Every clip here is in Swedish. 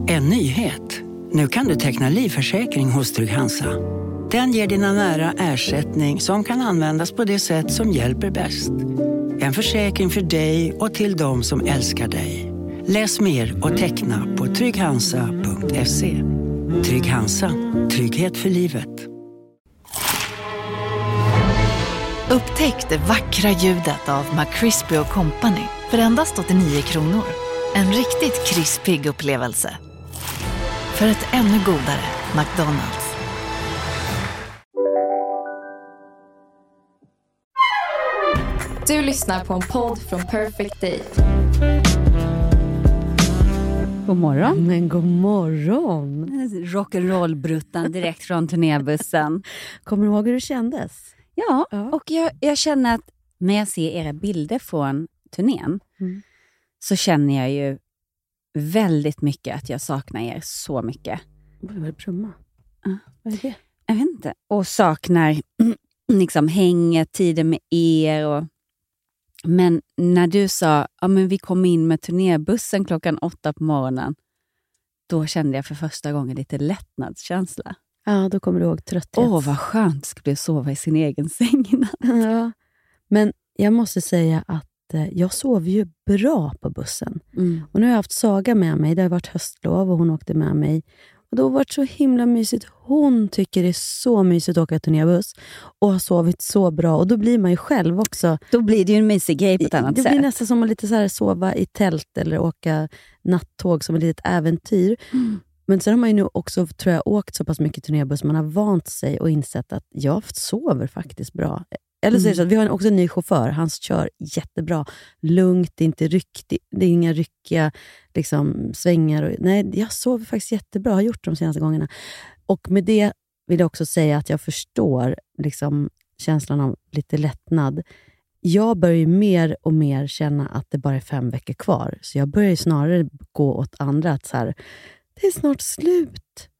En nyhet. Nu kan du teckna livförsäkring hos Trygg-Hansa. Den ger dina nära ersättning som kan användas på det sätt som hjälper bäst. En försäkring för dig och till de som älskar dig. Läs mer och teckna på trygghansa.se. Trygg-Hansa. Trygghet för livet. Upptäck det vackra ljudet av McCrispy & Company för endast 89 kronor. En riktigt krispig upplevelse. För ett ännu godare McDonald's. Du lyssnar på en podd från Perfect Day. God morgon. Men god morgon. Rock'n'roll-bruttan direkt från turnébussen. Kommer du ihåg hur det kändes? Ja. Och jag känner att när jag ser era bilder från turnén så känner jag ju väldigt mycket att jag saknar er så mycket. Vad är det brumma? Vad är det? Jag vet inte. Och saknar liksom hänget, tiden med er. Men när du sa men vi kom in med turnébussen 8:00 på morgonen, då kände jag för första gången lite lättnadskänsla. Ja, då kommer du ihåg trötthet. Vad skönt skulle sova i sin egen säng innan. Ja, men jag måste säga att jag sov ju bra på bussen. Och nu har jag haft Saga med mig. Det har varit höstlov och hon åkte med mig. Och då har det varit så himla mysigt. Hon tycker det är så mysigt att åka turnébuss. Och har sovit så bra. Och då blir man ju själv också. Då blir det ju en mysig grej på ett annat sätt. Det blir nästan som att lite så här sova i tält. Eller åka nattåg som ett litet äventyr. Men sen har man ju nu också, tror jag, åkt så pass mycket turnébuss. Man har vant sig och insett att jag sover faktiskt bra. Eller så är det så att vi har också en ny chaufför. Han kör jättebra. Lugnt, det är inte det är inga ryckiga liksom, svängar. Nej, jag sover faktiskt jättebra. Jag har gjort de senaste gångerna. Och med det vill jag också säga att jag förstår liksom, känslan av lite lättnad. Jag börjar ju mer och mer känna att det bara är 5 veckor kvar. Så jag börjar ju snarare gå åt andra att så här, det är snart slut.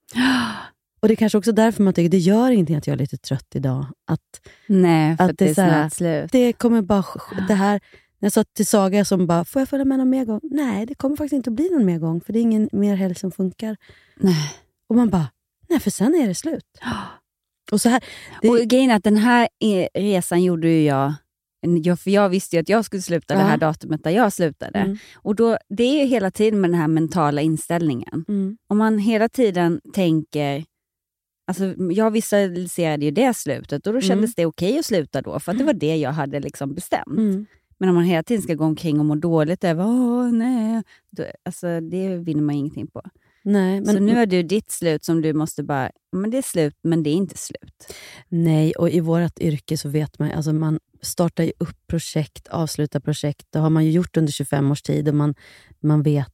Och det är kanske också därför man tycker det gör ingenting att jag är lite trött idag. Nej, för att det är snart slut. Det kommer bara, det här, när jag sa till Saga som bara, får jag följa med någon mer gång? Nej, det kommer faktiskt inte att bli någon mer gång. För det är ingen mer helg som funkar. Nej. Och man bara, nej, för sen är det slut. Och så här. Och grejen är att den här resan gjorde ju jag. För jag visste ju att jag skulle sluta det här datumet där jag slutade. Och då, det är ju hela tiden med den här mentala inställningen. Om man hela tiden tänker, alltså jag visualiserade ju det slutet och då kändes det okej att sluta då, för att det var det jag hade liksom bestämt. Men om man hela tiden ska gå omkring och må dåligt över, nej, då, alltså det vinner man ingenting på. Nej, men så nu är det ju ditt slut som du måste bara, men det är slut, men det är inte slut. Nej, och i vårt yrke så vet man, alltså man startar ju upp projekt, avslutar projekt. Det har man ju gjort under 25 års tid och man vet,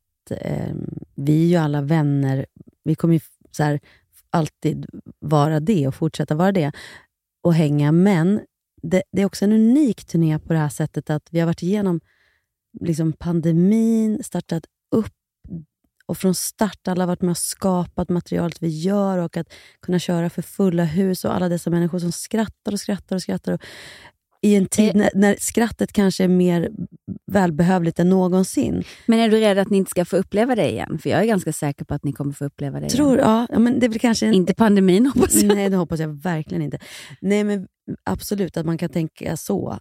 vi är ju alla vänner. Vi kommer ju så här, alltid vara det och fortsätta vara det och hänga. Men det är också en unik turné på det här sättet att vi har varit igenom liksom pandemin, startat upp och från start alla har varit med och skapat materialet vi gör och att kunna köra för fulla hus och alla dessa människor som skrattar och skrattar och skrattar och i en tid när skrattet kanske är mer välbehövligt än någonsin. Men är du rädd att ni inte ska få uppleva det igen? För jag är ganska säker på att ni kommer få uppleva det igen. Ja, men det är väl kanske inte pandemin, hoppas jag. Nej, det hoppas jag verkligen inte. Nej, men absolut att man kan tänka så.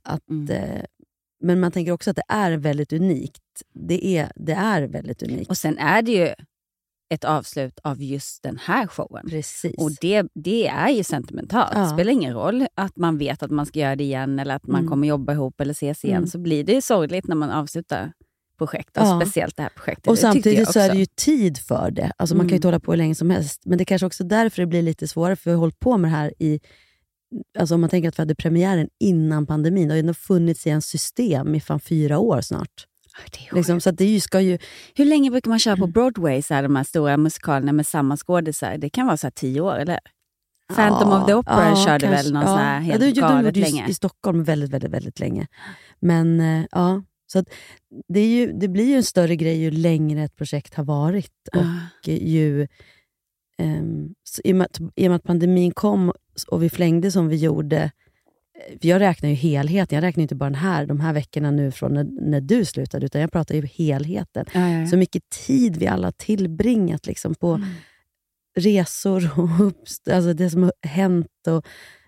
Men man tänker också att det är väldigt unikt. Det är väldigt unikt. Och sen är det ju ett avslut av just den här showen. Precis. Och det är ju sentimentalt. Det spelar ingen roll att man vet att man ska göra det igen eller att man kommer jobba ihop eller ses igen. Så blir det sorgligt när man avslutar projekt. Och speciellt det här projektet. Och samtidigt så är det ju tid för det. Alltså man kan ju inte hålla på hur länge som helst. Men det är kanske också därför det blir lite svårare. För vi har hållit på med det här i... Alltså om man tänker att vi hade premiären innan pandemin. Det har ju funnits i en system i 4 år snart. Liksom, så att det ska ju... Hur länge brukar man köra på Broadway så här, de här stora musikalerna med samma skådisar? Det kan vara så här 10 år, eller? Phantom of the Opera körde kanske, väl någon sån här helt galet länge. I Stockholm väldigt, väldigt, väldigt länge. Men så att det blir ju en större grej ju längre ett projekt har varit. Och ju... I och med att pandemin kom och vi flängde som vi gjorde jag räknar ju helheten. Jag räknar inte bara de här veckorna nu från när du slutade, utan jag pratar ju helheten. Ja. Så mycket tid vi alla tillbringat liksom, på resor och alltså det som har hänt. Och,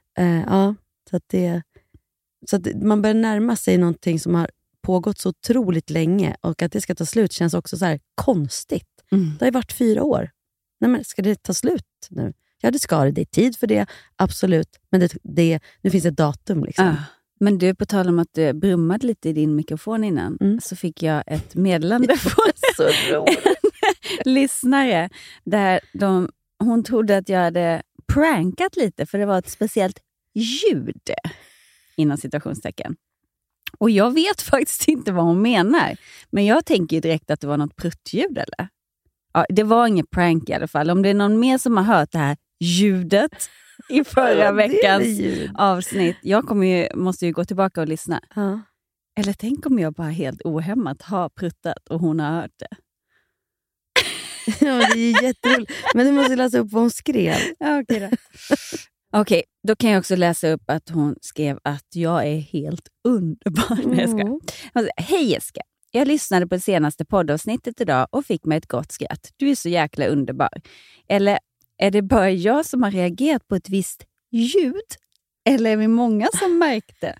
så att man börjar närma sig någonting som har pågått så otroligt länge, och att det ska ta slut känns också så här konstigt. Det har ju varit 4 år. Nej, men ska det ta slut nu? Ja, det ska det. Det är tid för det, absolut. Men nu finns ett datum liksom. Men du, på tal om att du brummade lite i din mikrofon innan, så fick jag ett meddelande från en lyssnare där hon trodde att jag hade prankat lite, för det var ett speciellt ljud inom citationstecken. Och jag vet faktiskt inte vad hon menar. Men jag tänker ju direkt att det var något pruttljud, eller? Ja, det var inget prank i alla fall. Om det är någon mer som har hört det här ljudet i förra veckans avsnitt. Jag måste ju gå tillbaka och lyssna. Ja. Eller tänk om jag bara helt ohämmat har pruttat och hon har hört det. Ja, det är ju jätteroligt. Men du måste läsa upp vad hon skrev. Ja, Okej, då kan jag också läsa upp att hon skrev att jag är helt underbar. Hej Jessica, jag lyssnade på det senaste poddavsnittet idag och fick mig ett gott skratt. Du är så jäkla underbar. Eller är det bara jag som har reagerat på ett visst ljud? Eller är vi många som märkte?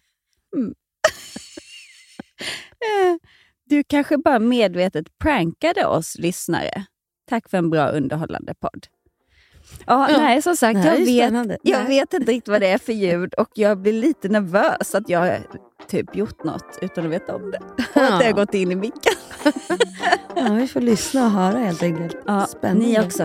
Du kanske bara medvetet prankade oss lyssnare. Tack för en bra underhållande podd. Nej, som sagt, jag vet inte riktigt vad det är för ljud, och jag blir lite nervös att jag har typ gjort något utan att veta om det. Och att det har gått in i micken. Ja, vi får lyssna och höra helt enkelt. Ja, spännande. Ni också.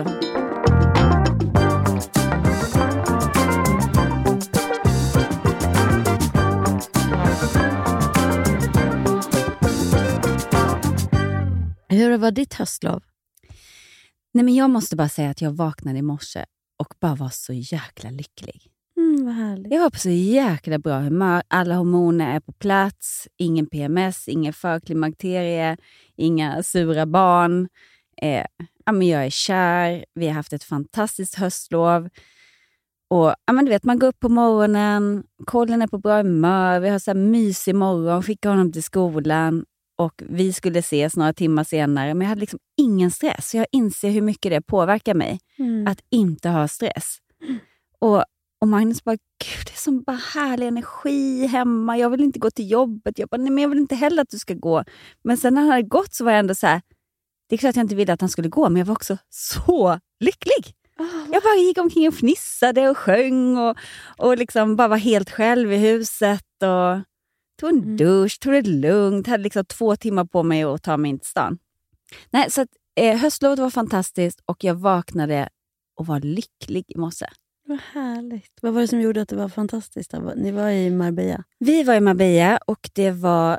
Hur var ditt höstlov? Nej, men jag måste bara säga att jag vaknade i morse och bara var så jäkla lycklig. Vad härligt. Jag var på så jäkla bra humör. Alla hormoner är på plats. Ingen PMS, ingen förklimakterie, inga sura barn. Men jag är kär. Vi har haft ett fantastiskt höstlov. Och du vet, man går upp på morgonen. Colin är på bra humör. Vi har så här mysig morgon. Skickar honom till skolan. Och vi skulle ses några timmar senare. Men jag hade liksom ingen stress. Så jag inser hur mycket det påverkar mig. Att inte ha stress. Och Magnus bara, gud, det är som bara härlig energi hemma. Jag vill inte gå till jobbet. Jag bara, nej, men jag vill inte heller att du ska gå. Men sen när han hade gått så var jag ändå så här. Det är klart att jag inte ville att han skulle gå. Men jag var också så lycklig. Jag bara gick omkring och fnissade och sjöng. Och liksom bara var helt själv i huset. Och tog en dusch, tog det lugnt. Hade liksom 2 timmar på mig att ta mig in till stan. Nej, så att, höstlovet var fantastiskt. Och jag vaknade och var lycklig i morse. Vad härligt. Vad var det som gjorde att det var fantastiskt? Ni var i Marbella. Vi var i Marbella och det var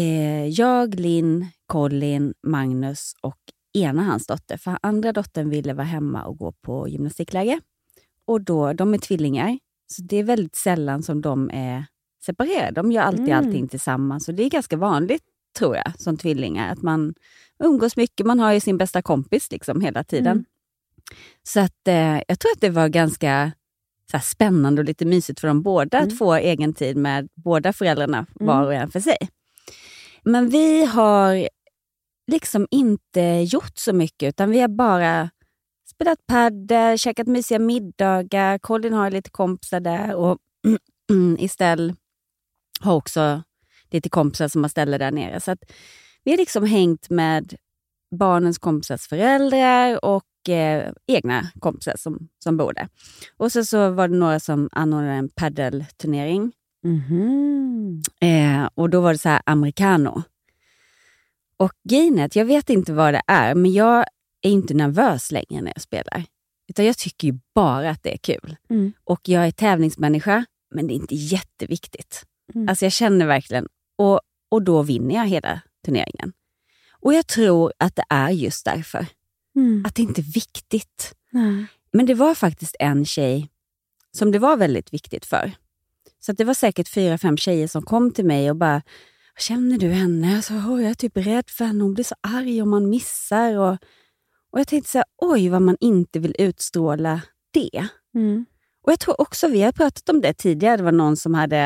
jag, Linn, Colin, Magnus och ena hans dotter. För andra dottern ville vara hemma och gå på gymnastikläger. Och då, de är tvillingar. Så det är väldigt sällan som de är separerade. De gör alltid allting tillsammans. Så det är ganska vanligt, tror jag, som tvillingar. Att man umgås mycket. Man har ju sin bästa kompis liksom hela tiden. Så att jag tror att det var ganska så här, spännande och lite mysigt för dem båda att få egen tid med båda föräldrarna var och en för sig. Men vi har liksom inte gjort så mycket, utan vi har bara spelat paddel, käkat mysiga middagar. Colin har lite kompisar där och Estelle har också lite kompisar som har stället där nere. Så att vi har liksom hängt med barnens kompisars föräldrar och egna kompisar som bor där. Och så var det några som anordnade en paddelturnering. Och då var det så här americano. Och Gainet, jag vet inte vad det är, men jag är inte nervös längre när jag spelar. Utan jag tycker ju bara att det är kul. Och jag är tävlingsmänniska, men det är inte jätteviktigt. Alltså jag känner verkligen, och då vinner jag hela turneringen. Och jag tror att det är just därför. Att det inte är viktigt. Men det var faktiskt en tjej som det var väldigt viktigt för. Så att det var säkert 4-5 tjejer som kom till mig och bara, känner du henne? Alltså, jag är typ rädd för henne. Hon blir så arg om man missar. Och jag tänkte så här, oj vad man inte vill utstråla det. Och jag tror också, vi har pratat om det tidigare. Det var någon som hade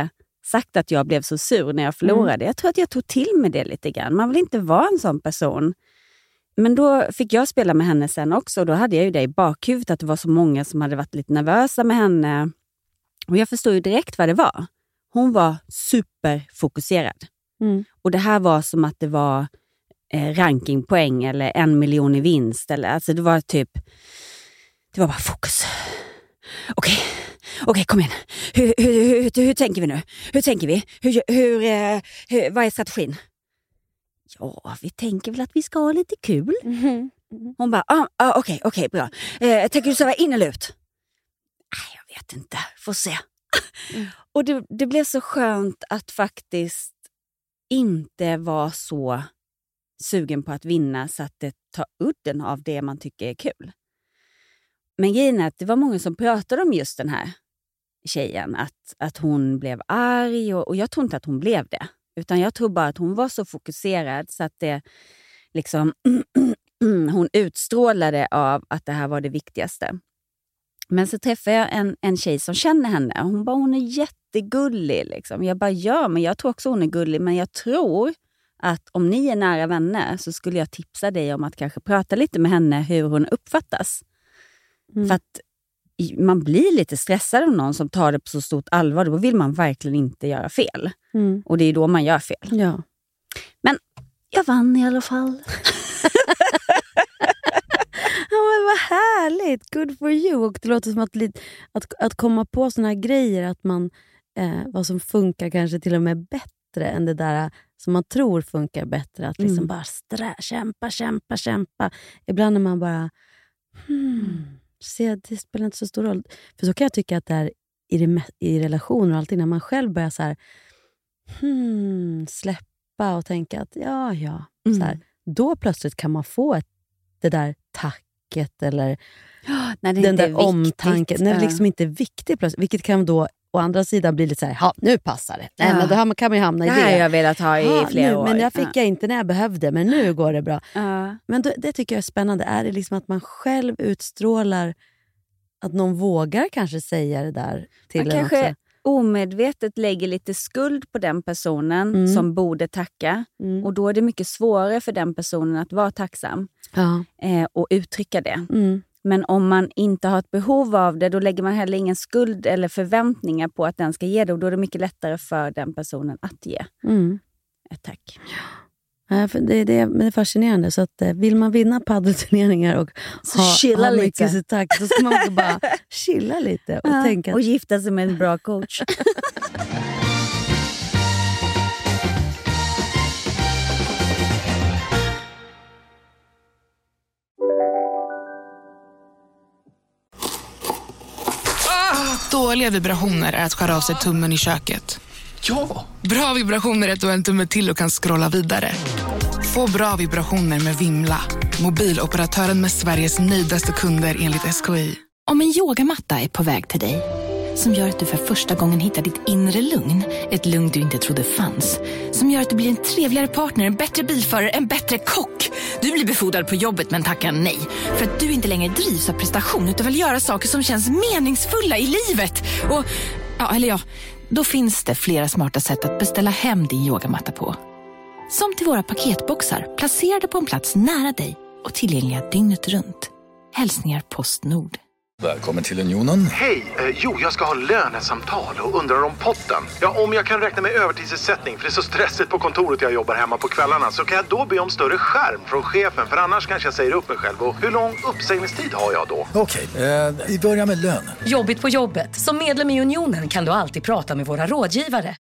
sagt att jag blev så sur när jag förlorade. Jag tror att jag tog till med det lite grann. Man vill inte vara en sån person. Men då fick jag spela med henne sen också. Och då hade jag ju det i bakhuvudet att det var så många som hade varit lite nervösa med henne. Och jag förstod ju direkt vad det var. Hon var superfokuserad. Och det här var som att det var rankingpoäng eller 1 miljon i vinst. Eller, alltså det var typ, det var bara fokus. Okej, kom igen. Hur tänker vi nu? Hur tänker vi? Vad är strategin? Ja, vi tänker väl att vi ska ha lite kul. Hon bara, okej, bra. Tänker du sova in eller ut? Nej, jag vet inte. Får se. Och det blev så skönt att faktiskt inte vara så sugen på att vinna så att det tar udden av det man tycker är kul. Men grejen är att det var många som pratade om just den här tjejen. Att hon blev arg och jag tror inte att hon blev det. Utan jag tror bara att hon var så fokuserad så att det liksom hon utstrålade av att det här var det viktigaste. Men så träffade jag en tjej som känner henne. Hon är jättegullig liksom. Jag bara, ja, men jag tror också hon är gullig. Men jag tror att om ni är nära vänner så skulle jag tipsa dig om att kanske prata lite med henne hur hon uppfattas. För att man blir lite stressad av någon som tar det på så stort allvar. Då vill man verkligen inte göra fel. Och det är då man gör fel. Ja. Men jag vann i alla fall. Ja, men vad härligt. Good for you. Och det låter som att komma på såna här grejer. Att man, vad som funkar kanske till och med bättre än det där som man tror funkar bättre. Att liksom bara kämpa. Ibland när man bara... det spelar inte så stor roll. För så kan jag tycka att det är i relationer och allting. När man själv börjar så här, släppa och tänka att så här, då plötsligt kan man få det där tacket eller den där omtanken. När det liksom inte är viktigt plötsligt. Vilket kan då å andra sidan bli lite så här, nu passar det. Nej, men då kan man ju hamna i det. Det har jag velat ha i flera år. Men jag fick jag inte när jag behövde, men nu går det bra. Men det tycker jag är spännande. Är det liksom att man själv utstrålar att någon vågar kanske säga det där till en också? Kanske omedvetet lägger lite skuld på den personen som borde tacka. Och då är det mycket svårare för den personen att vara tacksam och uttrycka det. Men om man inte har ett behov av det, då lägger man heller ingen skuld eller förväntningar på att den ska ge det. Och då är det mycket lättare för den personen att ge ett tack. Ja, för det är fascinerande. Så att, vill man vinna paddelturneringar och ha mycket så tack, så ska man också bara chilla lite och tänka. Och gifta sig med en bra coach. Dåliga vibrationer är att skära av sig tummen i köket. Ja! Bra vibrationer är att du har en tumme till och kan scrolla vidare. Få bra vibrationer med Vimla. Mobiloperatören med Sveriges nöjdaste kunder enligt SKI. Om en yogamatta är på väg till dig, som gör att du för första gången hittar ditt inre lugn, ett lugn du inte trodde fanns, som gör att du blir en trevligare partner, en bättre bilförare, en bättre kock. Du blir befordrad på jobbet men tackar nej. För att du inte längre drivs av prestation utan vill göra saker som känns meningsfulla i livet. Och, då finns det flera smarta sätt att beställa hem din yogamatta på. Som till våra paketboxar, placerade på en plats nära dig och tillgängliga dygnet runt. Hälsningar Postnord. Välkommen till Unionen. Hej, jag ska ha lönesamtal och undrar om potten. Ja, om jag kan räkna med övertidsersättning för det är så stressigt på kontoret jag jobbar hemma på kvällarna, så kan jag då be om större skärm från chefen, för annars kanske jag säger upp mig själv. Och hur lång uppsägningstid har jag då? Okej, vi börjar med lön. Jobbigt på jobbet. Som medlem i Unionen kan du alltid prata med våra rådgivare.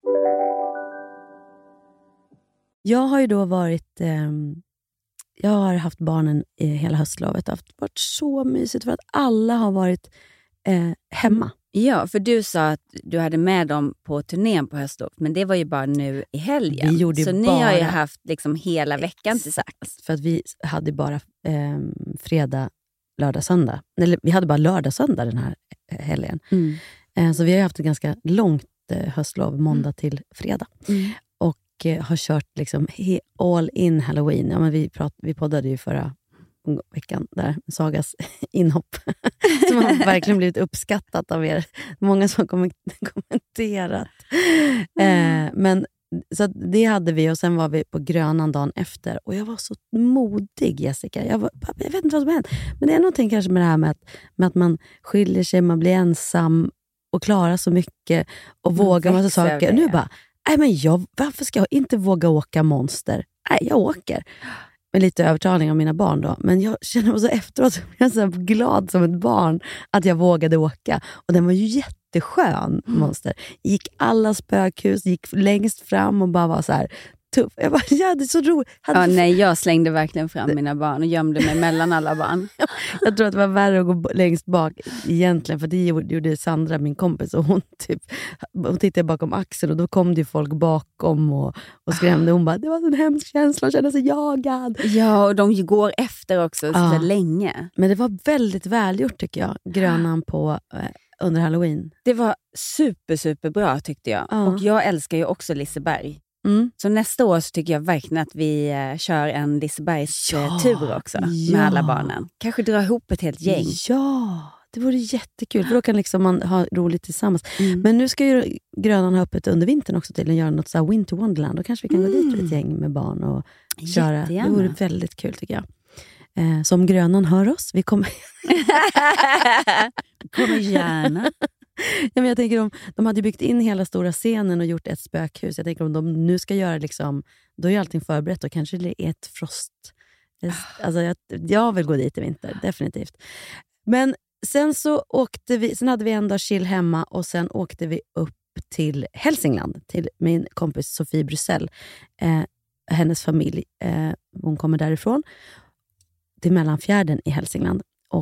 Jag har ju då varit... Jag har haft barnen i hela höstlovet. Det har varit så mysigt för att alla har varit hemma. Ja, för du sa att du hade med dem på turnén på höstlovet. Men det var ju bara nu i helgen. Vi gjorde så ni har ju haft liksom hela veckan tillsammans. För att vi hade bara fredag, lördag, söndag. Eller vi hade bara lördag, söndag den här helgen. Så vi har haft ett ganska långt höstlov, måndag till fredag. Och har kört liksom all in Halloween. Ja, men vi poddade ju förra veckan där, Sagas inhopp. Som har verkligen blivit uppskattat av er. Många som har kommenterat Garanterat. Men så det hade vi och sen var vi på Grönan dagen efter och jag var så modig, Jessica. Jag vet inte vad som hände. Men det är någonting kanske med det här med att man skiljer sig, man blir ensam och klarar så mycket och vågar massa saker. Nu bara, varför ska jag inte våga åka monster? Nej, jag åker. Med lite övertalning av mina barn då. Men jag känner mig så efteråt, jag är så glad som ett barn att jag vågade åka. Och den var ju jätteskön, monster. Gick alla spökhus, gick längst fram och bara var så här tuff. Jag bara, ja, det är så roligt. Jag slängde verkligen fram mina barn och gömde mig mellan alla barn. Jag tror att det var värre att gå längst bak egentligen, för det gjorde Sandra, min kompis, och hon tittade bakom axeln och då kom det folk bakom och skrämde. Hon bara, det var en hemsk känsla att känna sig jagad. Ja, och de går efter också så länge. Men det var väldigt välgjort tycker jag, Grönan på under Halloween. Det var super bra tyckte jag. Och jag älskar ju också Liseberg. Så nästa år så tycker jag verkligen att vi kör en Lisebergs tur också med alla barnen. Kanske dra ihop ett helt gäng. Ja, det vore jättekul. För då kan liksom man ha roligt tillsammans. Men nu ska ju Grönan ha öppet under vintern också till att göra något så här Winter Wonderland. Då kanske vi kan gå dit med ett gäng med barn och köra. Jättegärna. Det vore väldigt kul tycker jag. Som Grönan hör oss, vi kommer... kommer gärna. Ja, men jag tänker de hade byggt in hela stora scenen och gjort ett spökhus. Jag tänker om de nu ska göra liksom, då är allting förberett och kanske det är ett frost. Alltså jag vill gå dit i vinter, definitivt. Men sen så sen hade vi en dag chill hemma och sen åkte vi upp till Hälsingland till min kompis Sofie Brusell. Hennes familj, hon kommer därifrån till Mellanfjärden i Hälsingland. Och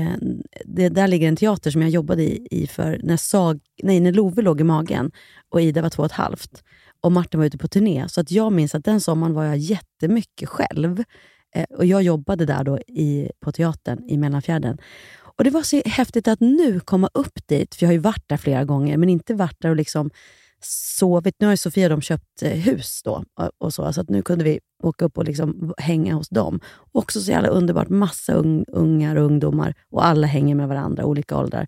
där ligger en teater som jag jobbade i för när Love låg i magen och Ida var 2,5 och Martin var ute på turné. Så att jag minns att den sommaren var jag jättemycket själv. Och jag jobbade där då på teatern i Mellanfjärden. Och det var så häftigt att nu komma upp dit, för jag har ju varit där flera gånger men inte varit där och liksom sovit. Nu har ju Sofia de köpt hus då och så att nu kunde vi åka upp och liksom hänga hos dem. Också så jävla underbart, massa ungar och ungdomar och alla hänger med varandra, olika åldrar.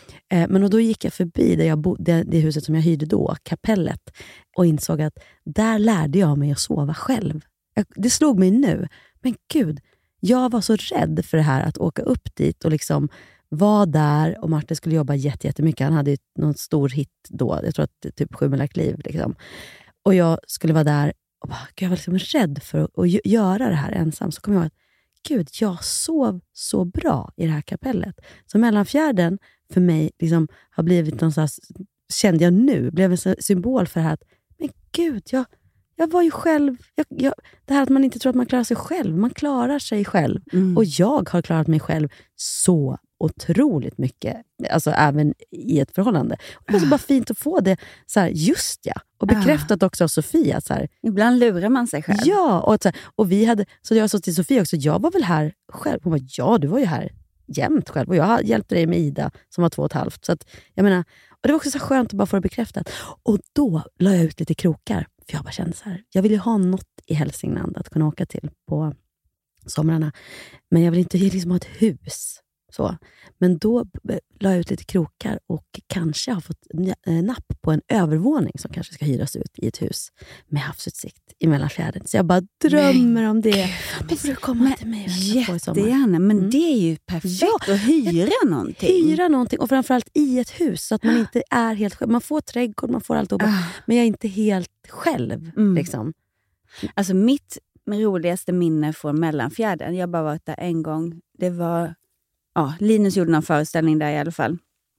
Men då gick jag förbi det huset som jag hyrde då, kapellet, och insåg att där lärde jag mig att sova själv. Det slog mig nu, men gud, jag var så rädd för det här att åka upp dit och liksom var där, och Martin skulle jobba jättemycket. Han hade ju någon stor hit då. Jag tror att det är typ 7 Melak liv liksom. Och jag skulle vara där och bara, jag var liksom rädd för att göra det här ensam. Så kom jag att, gud, jag sov så bra i det här kapellet. Så Mellanfjärden för mig liksom har blivit någonstans, kände jag nu, blev en symbol för det här att, men gud, jag var ju själv, det här att man inte tror att man klarar sig själv. Man klarar sig själv. Och jag har klarat mig själv så otroligt mycket. Alltså även i ett förhållande. Och det var så bara fint att få det så här, just ja. Och bekräftat också av Sofia. Så här. Ibland lurar man sig själv. Ja, och vi hade, så jag sa till Sofia också, jag var väl här själv. Hon bara, ja, du var ju här jämt själv. Och jag hjälpte dig med Ida som var 2,5. Så att, jag menar, och det var också så skönt att bara få det bekräftat. Och då la jag ut lite krokar. För jag bara kände så här, jag vill ju ha något i Hälsingland att kunna åka till på somrarna. Men jag vill inte liksom ha ett hus. Så. Men då la jag ut lite krokar och kanske har fått napp på en övervåning som kanske ska hyras ut i ett hus med havsutsikt i Mellanfjärden. Så jag bara drömmer om det. Då får du komma till mig. Jättegärna, men det är ju perfekt att hyra någonting. Hyra någonting, och framförallt i ett hus så att man inte är helt själv. Man får trädgård, man får allt, men jag är inte helt själv. Liksom. Alltså mitt roligaste minne från Mellanfjärden, jag har bara varit där en gång, det var Linus gjorde någon föreställning där i alla fall.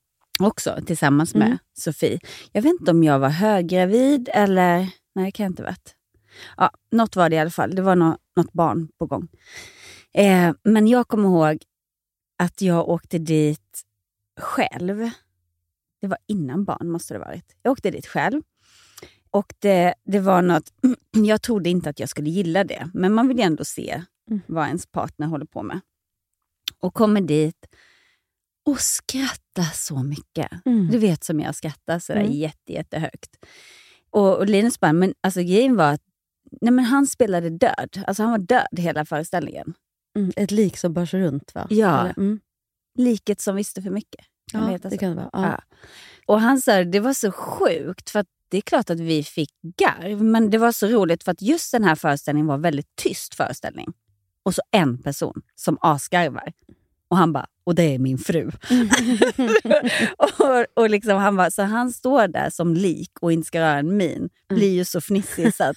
Också tillsammans med Sofie. Jag vet inte om jag var höggravid eller... Nej, det kan jag inte varit. Ja, något var det i alla fall. Det var något barn på gång. Men jag kommer ihåg att jag åkte dit själv. Det var innan barn, måste det ha varit. Jag åkte dit själv. Och det var något... Jag trodde inte att jag skulle gilla det. Men man vill ändå se vad ens partner håller på med. Och kommer dit och skrattar så mycket. Du vet som jag skrattar sådär jättehögt. Och Linus bara, men alltså grejen var att han spelade död. Alltså han var död hela föreställningen. Ett lik som börs runt, va? Ja. Liket som visste för mycket. Ja, det kan det vara. Ja. Och han sa det var så sjukt för att det är klart att vi fick garv. Men det var så roligt för att just den här föreställningen var väldigt tyst föreställning. Och så en person som asgarvar. Och han bara, och det är min fru. och liksom han bara, så han står där som lik och inte ska röra en min. Blir ju så fnissig så att...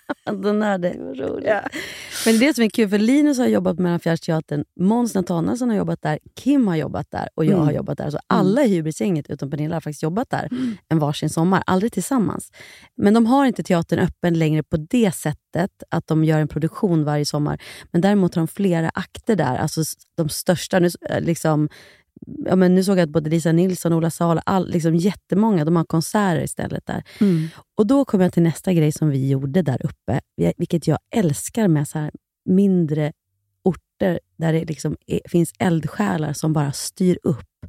Den är det roligt. Ja. Men det som är kul, för Linus har jobbat med Fjärdsteatern, Måns Nathanaelsson har jobbat där, Kim har jobbat där och jag har jobbat där. Så alla i Hybrisgänget utom Pernilla har faktiskt jobbat där en varsin sommar, aldrig tillsammans. Men de har inte teatern öppen längre på det sättet att de gör en produktion varje sommar. Men däremot har de flera akter där, alltså de största, nu, liksom, ja, men nu såg jag att både Lisa Nilsson och Ola Sala, liksom jättemånga, de har konserter istället där. Och då kom jag till nästa grej som vi gjorde där uppe, vilket jag älskar med så här mindre orter där det liksom finns eldsjälar som bara styr upp.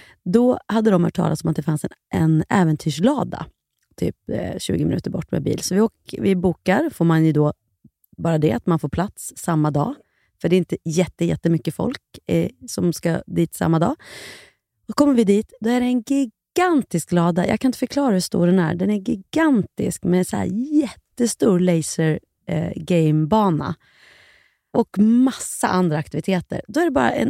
Då hade de hört talas om att det fanns en äventyrslada typ 20 minuter bort med bil. Så vi bokar, får man ju då bara det att man får plats samma dag. För det är inte jättemycket folk som ska dit samma dag. Då kommer vi dit, då är det en gigantisk lada. Jag kan inte förklara hur stor den är. Den är gigantisk med så här jättestor laser gamebana. Och massa andra aktiviteter. Då är det bara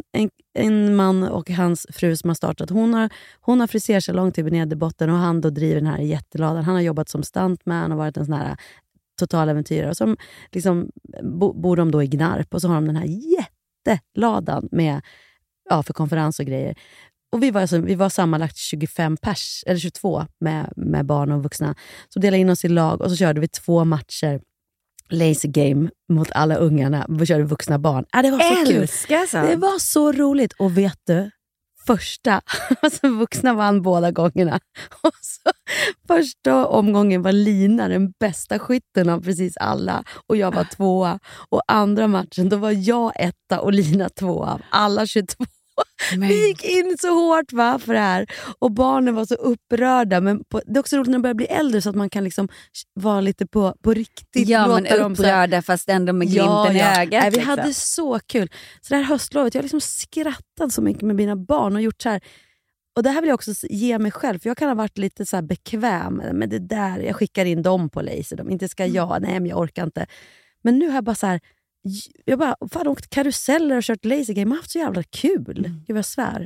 en man och hans fru som har startat. Hon har frisersalong till Nederbotten och han då driver den här jätteladan. Han har jobbat som stuntman och varit en sån här totaläventyrare. Och så liksom, bor de då i Gnarp och så har de den här jätteladan med, ja, för konferens och grejer. Och vi var sammanlagt 25 pers, eller 22 med barn och vuxna. Så delade in oss i lag och så körde vi 2 matcher laser game mot alla ungarna. Vi körde vuxna barn. Det var så kul. Det var så roligt. Och vet du, första, alltså vuxna vann båda gångerna. Och så, första omgången var Lina den bästa skytten av precis alla. Och jag var 2. Och andra matchen, då var jag 1 och Lina 2 av alla 22. Men... Vi gick in så hårt för det här. Och barnen var så upprörda. Men det är också roligt när de börjar bli äldre så att man kan liksom vara lite på riktigt. Ja, men upprörda fast ändå med glimten i ögat. Vi hade så kul. Så det här höstlovet, jag har liksom skrattat så mycket med mina barn och gjort så här. Och det här vill jag också ge mig själv. För jag kan ha varit lite så här bekväm med det där. Jag skickar in dem på laser. De inte ska jag. Nej, men jag orkar inte. Men nu har jag bara så här. Jag bara, fan, åkt karuseller och kört lasergame. Jag har haft så jävla kul. Jag svär.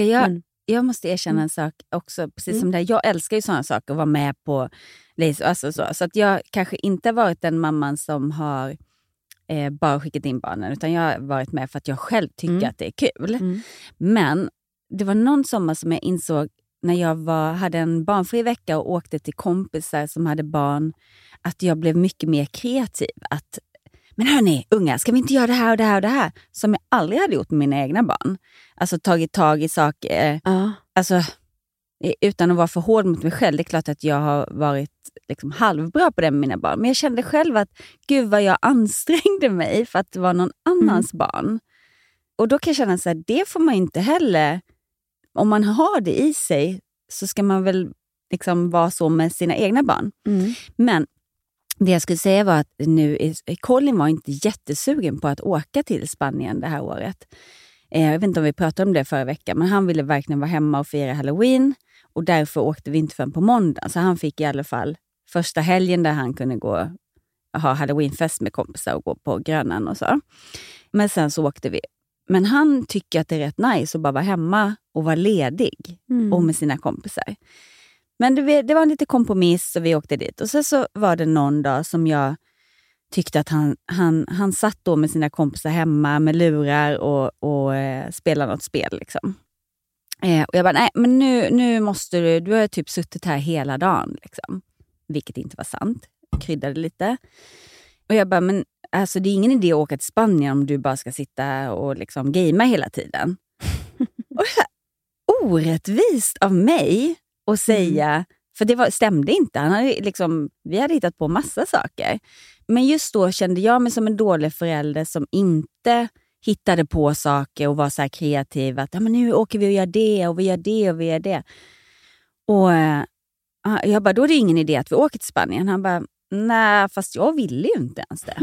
Jag måste erkänna en sak också. Precis som det här. Jag älskar ju sådana saker. Att vara med på laser. Alltså så att jag kanske inte varit den mamman som har bara skickat in barnen. Utan jag har varit med för att jag själv tycker att det är kul. Men det var någon sommar som jag insåg. När jag hade en barnfri vecka och åkte till kompisar som hade barn. Att jag blev mycket mer kreativ. Men hörni, unga, ska vi inte göra det här och det här och det här? Som jag aldrig hade gjort med mina egna barn. Alltså tagit tag i saker. Alltså, utan att vara för hård mot mig själv. Det är klart att jag har varit liksom halvbra på det med mina barn. Men jag kände själv att gud vad jag ansträngde mig för att det var någon annans barn. Och då kan jag känna så här, det får man inte heller. Om man har det i sig så ska man väl liksom vara så med sina egna barn. Men det jag skulle säga var att Colin var inte jättesugen på att åka till Spanien det här året. Jag vet inte om vi pratade om det förra veckan, men han ville verkligen vara hemma och fira Halloween. Och därför åkte vi inte förrän på måndag. Så han fick i alla fall första helgen där han kunde gå ha Halloweenfest med kompisar och gå på Grönan och så. Men sen så åkte vi. Men han tycker att det är rätt nice att bara vara hemma och vara ledig och med sina kompisar. Men det var en lite kompromiss och vi åkte dit. Och så var det någon dag som jag tyckte att han satt då med sina kompisar hemma med lurar och spelade något spel liksom. Och jag bara, nej men nu måste du har typ suttit här hela dagen liksom. Vilket inte var sant. Jag kryddade lite. Och jag bara, men alltså det är ingen idé att åka till Spanien om du bara ska sitta och liksom gamea hela tiden. Och det är orättvist av mig att säga, för det stämde inte. Vi hade hittat på massa saker. Men just då kände jag mig som en dålig förälder som inte hittade på saker och var så här kreativ. Att men nu åker vi och gör det och vi gör det och vi gör det. Och jag bara, då är det ingen idé att vi åker till Spanien. Han bara, nej fast jag ville ju inte ens det.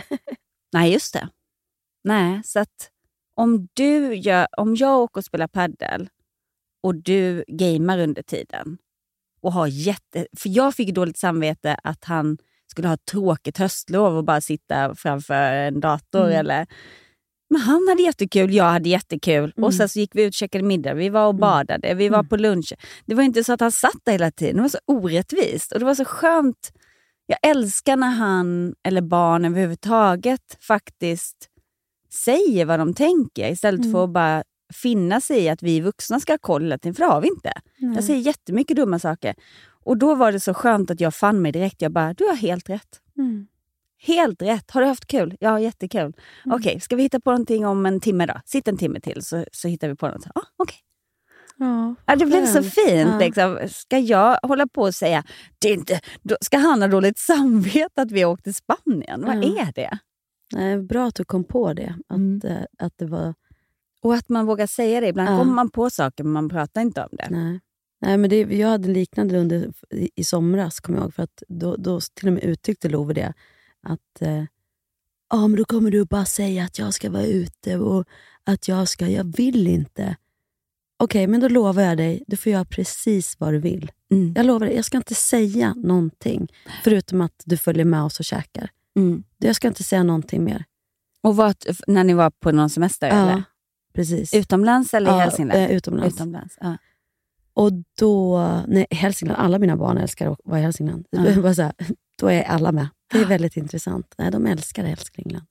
Nej just det. Nej, så att om jag åker och spelar paddel och du gamer under tiden. Och för jag fick dåligt samvete att han skulle ha ett tråkigt höstlov och bara sitta framför en dator eller... Men han hade jättekul, jag hade jättekul. Och sen så gick vi ut och käkade middag. Vi var och badade, vi var på lunch. Det var inte så att han satt där hela tiden. Det var så orättvist. Och det var så skönt. Jag älskar när han eller barn överhuvudtaget faktiskt säger vad de tänker. Istället för att bara finna sig i att vi vuxna ska kolla till. För det har vi inte. Jag säger jättemycket dumma saker. Och då var det så skönt att jag fann mig direkt. Jag bara, du har helt rätt. Helt rätt. Har du haft kul? Ja, jättekul. Okej, ska vi hitta på någonting om en timme då? Sitt en timme till så hittar vi på något. Ja, okej. Ja, det blev så fint. Liksom. Ska jag hålla på och säga, det är inte, ska han ha dåligt samvete att vi åkte till Spanien? Vad är det? Nej, bra att du kom på det. Att det var... Och att man vågar säga det. Ibland kommer man på saker men man pratar inte om det. Nej, men jag hade en liknande i somras, kommer jag ihåg. För att då till och med uttryckte Love det. Att men då kommer du bara säga att jag ska vara ute och att jag vill inte. Okej, men då lovar jag dig, du får göra precis vad du vill. Jag lovar dig, jag ska inte säga någonting förutom att du följer med oss och käkar. Jag ska inte säga någonting mer. Och när ni var på någon semester eller? Precis. Utomlands eller i Hälsingland? Utomlands. Och då, Hälsingland, alla mina barn älskar att vara i Hälsingland. Bara så här, då är alla med. Det är väldigt intressant. Nej, de älskar Hälsingland.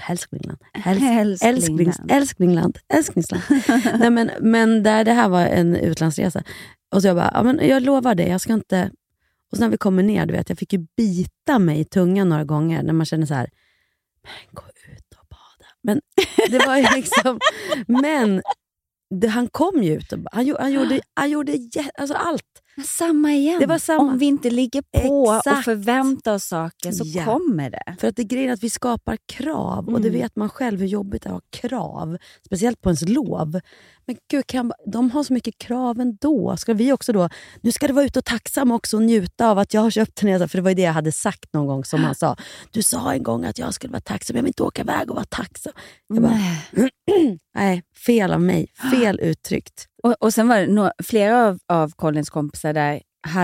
Älsklingland. Nej, men det här var en utlandsresa. Och så jag bara, men jag lovar det, jag ska inte... Och så när vi kommer ner, du vet, jag fick ju bita mig i tungan några gånger när man känner så här, men gå ut och bada. Men det var ju liksom... Men han kom ju ut och han gjorde alltså allt. Samma igen. Det var samma. Om vi inte ligger på och förväntar oss saker så kommer det. För att det är grejen att vi skapar krav. Och det vet man själv hur jobbigt det är att ha krav. Speciellt på ens lov. Men gud, de har så mycket krav ändå. Ska vi också då, nu ska det vara ute och tacksam också och njuta av att jag har köpt den här. För det var ju det jag hade sagt någon gång som han sa. Du sa en gång att jag skulle vara tacksam. Jag vill inte åka iväg och vara tacksam. Jag bara, nej, fel av mig. Fel uttryckt. Och sen var det flera av Collins kompisar där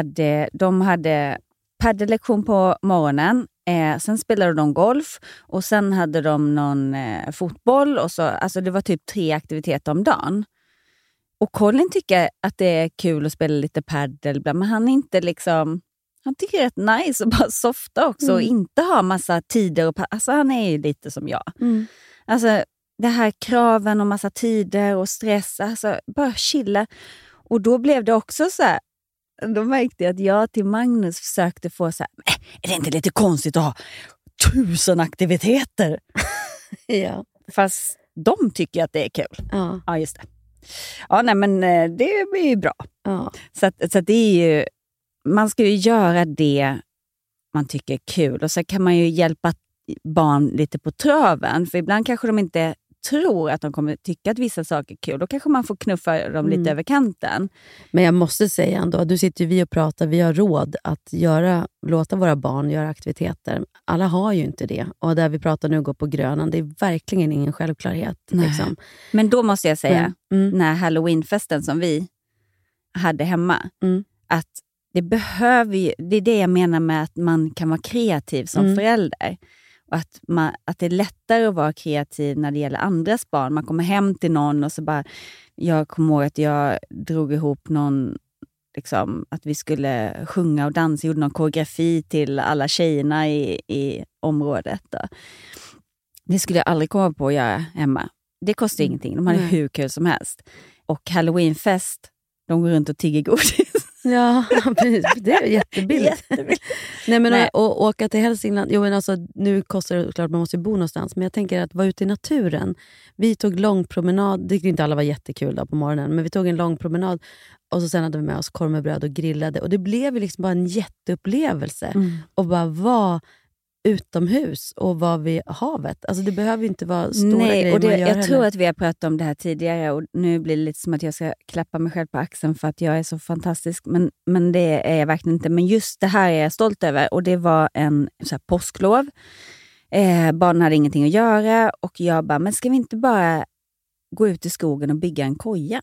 hade paddellektion på morgonen. Sen spelade de golf och sen hade de någon fotboll. Och så, alltså det var typ 3 aktiviteter om dagen. Och Colin tycker att det är kul att spela lite paddel. Men han är inte liksom... Han tycker det är rätt nice att bara softa också. Och inte ha massa tider. Alltså han är ju lite som jag. Alltså det här kraven och massa tider och stress. Alltså bara chilla. Och då blev det också så här. Då märkte jag att jag till Magnus försökte få så här. Är det inte lite konstigt att ha 1000 aktiviteter? Ja. Fast de tycker att det är kul. Ja, just det. Ja, nej men det blir ju bra. Så att det är ju... Man ska ju göra det man tycker är kul. Och så kan man ju hjälpa barn lite på traven. För ibland kanske de inte tror att de kommer tycka att vissa saker är kul. Då kanske man får knuffa dem lite över kanten. Men jag måste säga ändå, du sitter ju vi och pratar, vi har råd att låta våra barn göra aktiviteter. Alla har ju inte det. Och där vi pratar nu, gå på Grönan, det är verkligen ingen självklarhet. Liksom. Men då måste jag säga, när Halloweenfesten som vi hade hemma, att det är det jag menar med att man kan vara kreativ som förälder. Och att det är lättare att vara kreativ när det gäller andras barn. Man kommer hem till någon och så bara... Jag kommer ihåg att jag drog ihop någon... Liksom, att vi skulle sjunga och dansa. Gjorde någon koreografi till alla tjejerna i området. Då. Det skulle jag aldrig komma på att göra hemma. Det kostar ingenting. De hade hur kul som helst. Och Halloweenfest, de går runt och tigger godis. Ja, det är jättebilligt. Nej, men och åka till Hälsingland, men alltså, nu kostar det klart, man måste bo någonstans, men jag tänker att vara ute i naturen. Vi tog lång promenad, det tyckte inte alla var jättekul då på morgonen, men vi tog en lång promenad och så sen hade vi med oss korv med bröd och grillade, och det blev ju liksom bara en jätteupplevelse och bara vara utomhus och vara vid havet. Alltså det behöver inte vara stora grejer man gör. Jag tror att vi har pratat om det här tidigare och nu blir det lite som att jag ska klappa mig själv på axeln för att jag är så fantastisk. Men det är jag verkligen inte. Men just det här är jag stolt över, och det var en så här påsklov. Barnen hade ingenting att göra och jag bara, men ska vi inte bara gå ut i skogen och bygga en koja?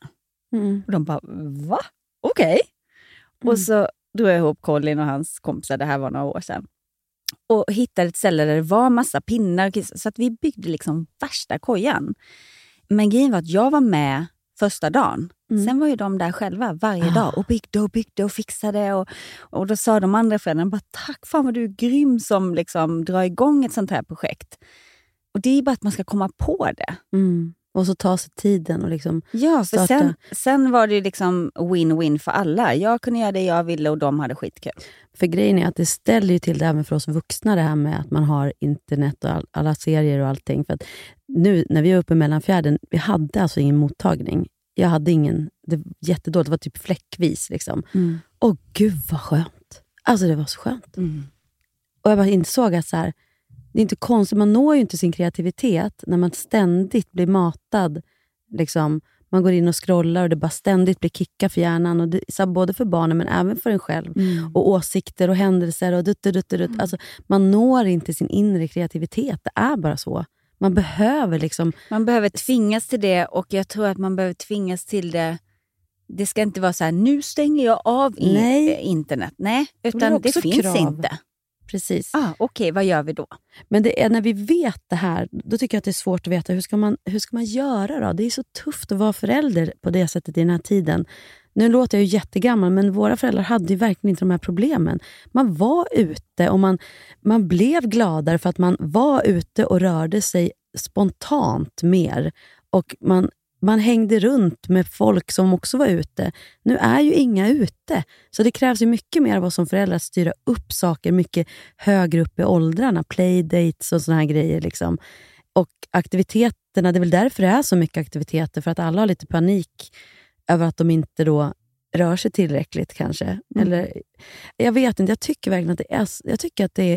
Och de bara, va? Okej. Och så drog jag ihop Colin och hans kompisar, det här var några år sedan. Och hittade ett ställe där det var massa pinnar. Så att vi byggde liksom värsta kojan. Men grejen var att jag var med första dagen. Sen var ju de där själva varje dag och byggde och fixade. Och då sa de andra föräldrarna bara, tack fan vad du är grym som liksom drar igång ett sånt här projekt. Och det är bara att man ska komma på det. Och så ta sig tiden och liksom för starta. sen var det liksom win-win för alla. Jag kunde göra det jag ville och de hade skitkul. För grejen är att det ställer ju till det även för oss vuxna, det här med att man har internet och alla serier och allting. För att nu när vi var uppe i Mellanfjärden, vi hade alltså ingen mottagning. Jag hade ingen, det var jättedåligt, det var typ fläckvis liksom. Och gud vad skönt. Alltså det var så skönt. Och jag bara insåg att så här, det är inte konstigt, man når ju inte sin kreativitet när man ständigt blir matad. Liksom, man går in och scrollar och det bara ständigt blir kicka för hjärnan. Och det, så både för barnen men även för en själv. Och åsikter och händelser och dutt. Alltså, man når inte sin inre kreativitet, det är bara så. Man behöver liksom... Man behöver tvingas till det och jag tror att man behöver tvingas till det. Det ska inte vara så här, nu stänger jag av internet. Nej, utan det finns krav. Inte. Precis. Okej, vad gör vi då? Men det är när vi vet det här, då tycker jag att det är svårt att veta hur ska man göra då? Det är så tufft att vara förälder på det sättet i den här tiden. Nu låter jag ju jättegammal, men våra föräldrar hade ju verkligen inte de här problemen. Man var ute och man blev gladare för att man var ute och rörde sig spontant mer. Och man hängde runt med folk som också var ute. Nu är ju inga ute. Så det krävs ju mycket mer av oss som föräldrar att styra upp saker mycket högre upp i åldrarna. Playdates och såna här grejer liksom. Och aktiviteterna, det är väl därför det är så mycket aktiviteter. För att alla har lite panik över att de inte då rör sig tillräckligt kanske. Eller, jag vet inte, jag tycker verkligen att det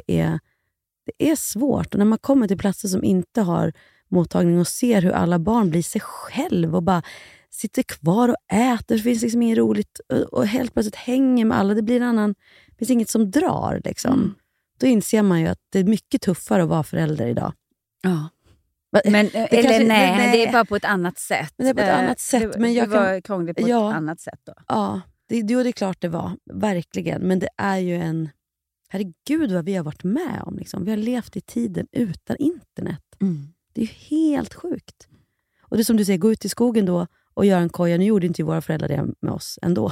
är svårt. Och när man kommer till platser som inte har mottagning och ser hur alla barn blir sig själv och bara sitter kvar och äter. Det finns liksom inget roligt och helt plötsligt hänger med alla. Det blir det finns inget som drar liksom. Då inser man ju att det är mycket tuffare att vara förälder idag. Ja. Men, det är bara på ett annat sätt. Men det är på ett annat sätt. Men det var krångligt på ett annat sätt då. Ja, det är klart det var. Verkligen. Men det är ju herregud vad vi har varit med om. Liksom. Vi har levt i tiden utan internet. Det är ju helt sjukt. Och det är som du säger, gå ut i skogen då och göra en koja. Nu gjorde inte ju våra föräldrar det med oss ändå.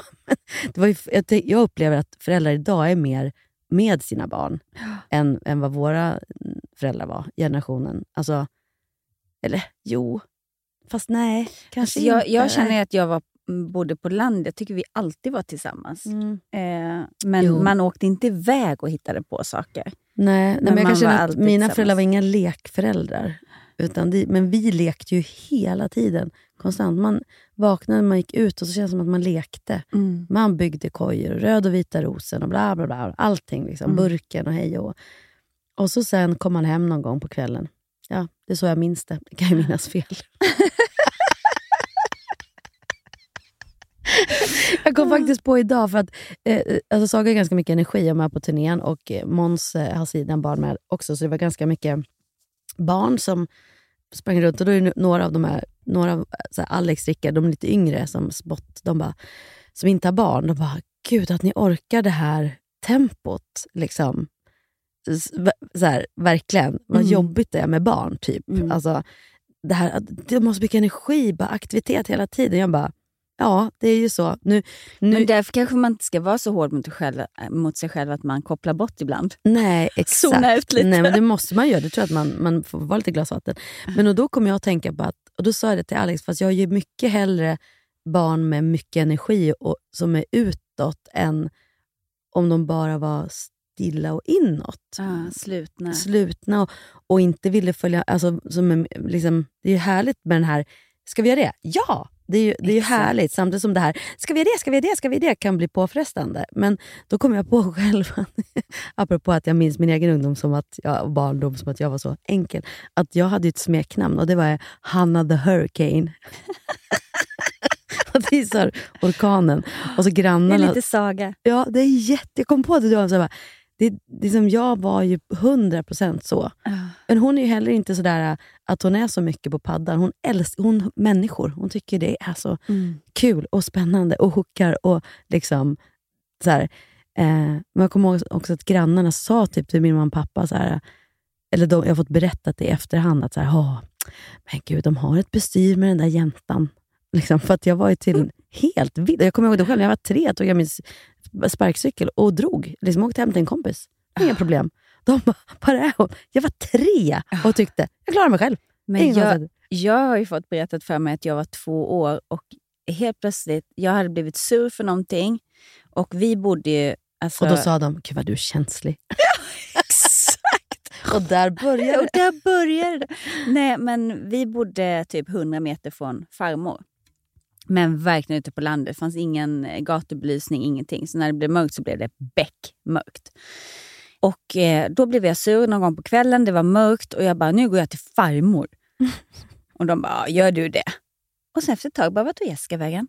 Jag upplever att föräldrar idag är mer med sina barn än vad våra föräldrar var, generationen. Alltså, eller jo, fast nej, kanske inte. Jag känner att jag bodde på landet. Jag tycker vi alltid var tillsammans. Men man åkte inte iväg och hittade på saker. Nej, men jag kan känna att mina föräldrar var inga lekföräldrar. Men vi lekte ju hela tiden. Konstant. Man vaknade, man gick ut och så känns det som att man lekte. Man byggde kojor, röd och vita rosen och bla bla bla. Allting liksom, burken och hej och så sen kom man hem någon gång på kvällen. Ja, det är så jag minns det. Det kan ju minnas fel. Jag kom faktiskt på idag för att alltså Saga har ganska mycket energi. Jag är med på turnén och Måns har sina barn med också. Så det var ganska mycket barn som sprang runt. Och då är det några av så här, Alex, Rickard, de lite yngre som som inte har barn. De bara, gud att ni orkar det här tempot liksom. Så här, verkligen, vad jobbigt det är med barn typ. Alltså, det måste mycket energi, bara aktivitet hela tiden. Jag bara, ja, det är ju så. Nu, men därför kanske man inte ska vara så hård mot sig själv att man kopplar bort ibland. Nej, exakt. Zona ut lite. Nej, men det måste man göra. Det tror jag att man får vara lite glasvatten. Men och då kommer jag att tänka på och då sa jag det till Alex, fast jag ger mycket hellre barn med mycket energi och som är utåt än om de bara var stilla och inåt. Slutna och inte ville följa, alltså som liksom, det är ju härligt med den här, ska vi göra det? Ja! Det är ju härligt, samtidigt som det här ska vi det kan bli påfrestande. Men då kom jag på själv apropå att jag minns min egen ungdom och barndom som att jag var så enkel, att jag hade ett smeknamn och det var Hanna the Hurricane. Och det är så orkanen och så grannarna. Det är lite Saga. Ja, det är jag kom på det då så bara, det som jag var ju 100% så. Men hon är ju heller inte sådär att hon är så mycket på paddan. Hon älskar människor. Hon tycker det är så kul och spännande och hookar och liksom så här. Men jag kommer ihåg också att grannarna sa typ till min mamma och pappa så här, eller jag har fått berättat det i efterhand att så här, men gud, de har ett bestyr med den där jäntan. Liksom, för att jag var ju till helt vild. Jag kommer ihåg det själv, när jag var 3 tog jag min sparkcykel och drog. Liksom åkte hem till en kompis. Inga problem. De bara, jag var 3 och tyckte, jag klarar mig själv. Men jag har ju fått berättat för mig att jag var 2 år och helt plötsligt, jag hade blivit sur för någonting och vi bodde ju... Alltså... Och då sa de, gud vad du är känslig. Exakt. Och där började det. Nej, men vi bodde typ 100 meter från farmor. Men verkligen ute på landet. Det fanns ingen gatubelysning, ingenting. Så när det blev mörkt så blev det beckmörkt. Och då blev jag sur någon gång på kvällen. Det var mörkt och jag bara, nu går jag till farmor. Och de bara, gör du det? Och sen efter ett tag bara, vad tog Jessica-vägen?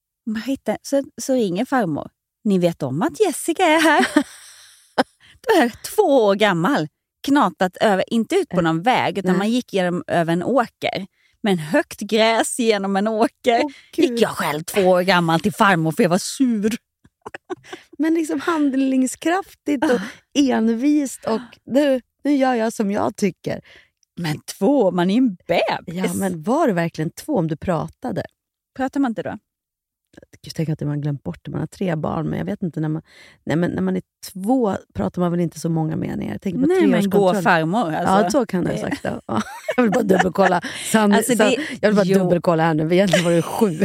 Så ringer farmor. Ni vet om att Jessica är här. Då är jag 2 år gammal. Knatat över, inte ut på någon väg utan man gick över en åker. Men högt gräs genom en åker. Gick jag själv 2 år gammal till farmor för jag var sur. Men liksom handlingskraftigt och envist och nu gör jag som jag tycker. Men 2, man är en bebis. Ja, men var det verkligen 2 om du pratade? Pratar man inte då? Jag tänker att man glömt bort det. Man har 3 barn, men jag vet inte när man är 2 pratar man väl inte så många meningar. Jag tänker på 3 men gå farmor. Alltså. Ja, så kan jag sagt det. Ja. Jag vill bara dubbelkolla. Jag vill bara dubbelkolla här nu. Egentligen var det 7.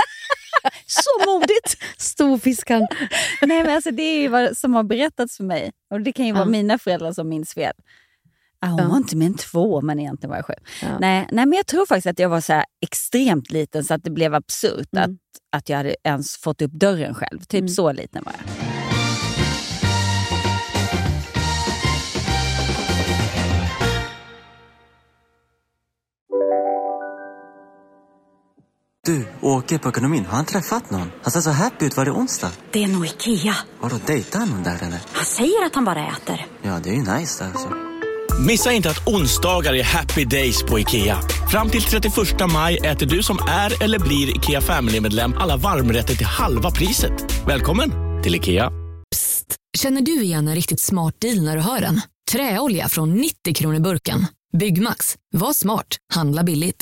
Så modigt. Storfiskan. Nej, men alltså det är ju vad som har berättats för mig. Och det kan ju vara mina föräldrar som minns fel. Hon var inte med en 2, men egentligen var jag 7. Ja. Nej, men jag tror faktiskt att jag var så här extremt liten så att det blev absurt att jag hade ens fått upp dörren själv. Typ så liten var jag. Du, Åke på ekonomin, har han träffat någon? Han ser så happy ut, var det onsdag? Det är nog Ikea. Vadå, dejtar han någon där eller? Han säger att han bara äter. Ja, det är ju nice där alltså. Missa inte att onsdagar är happy days på Ikea. Fram till 31 maj äter du som är eller blir Ikea Family-medlem alla varmrätter till halva priset. Välkommen till Ikea. Psst, känner du igen en riktigt smart deal när du hör den? Träolja från 90 kronor burken. Byggmax, var smart, handla billigt.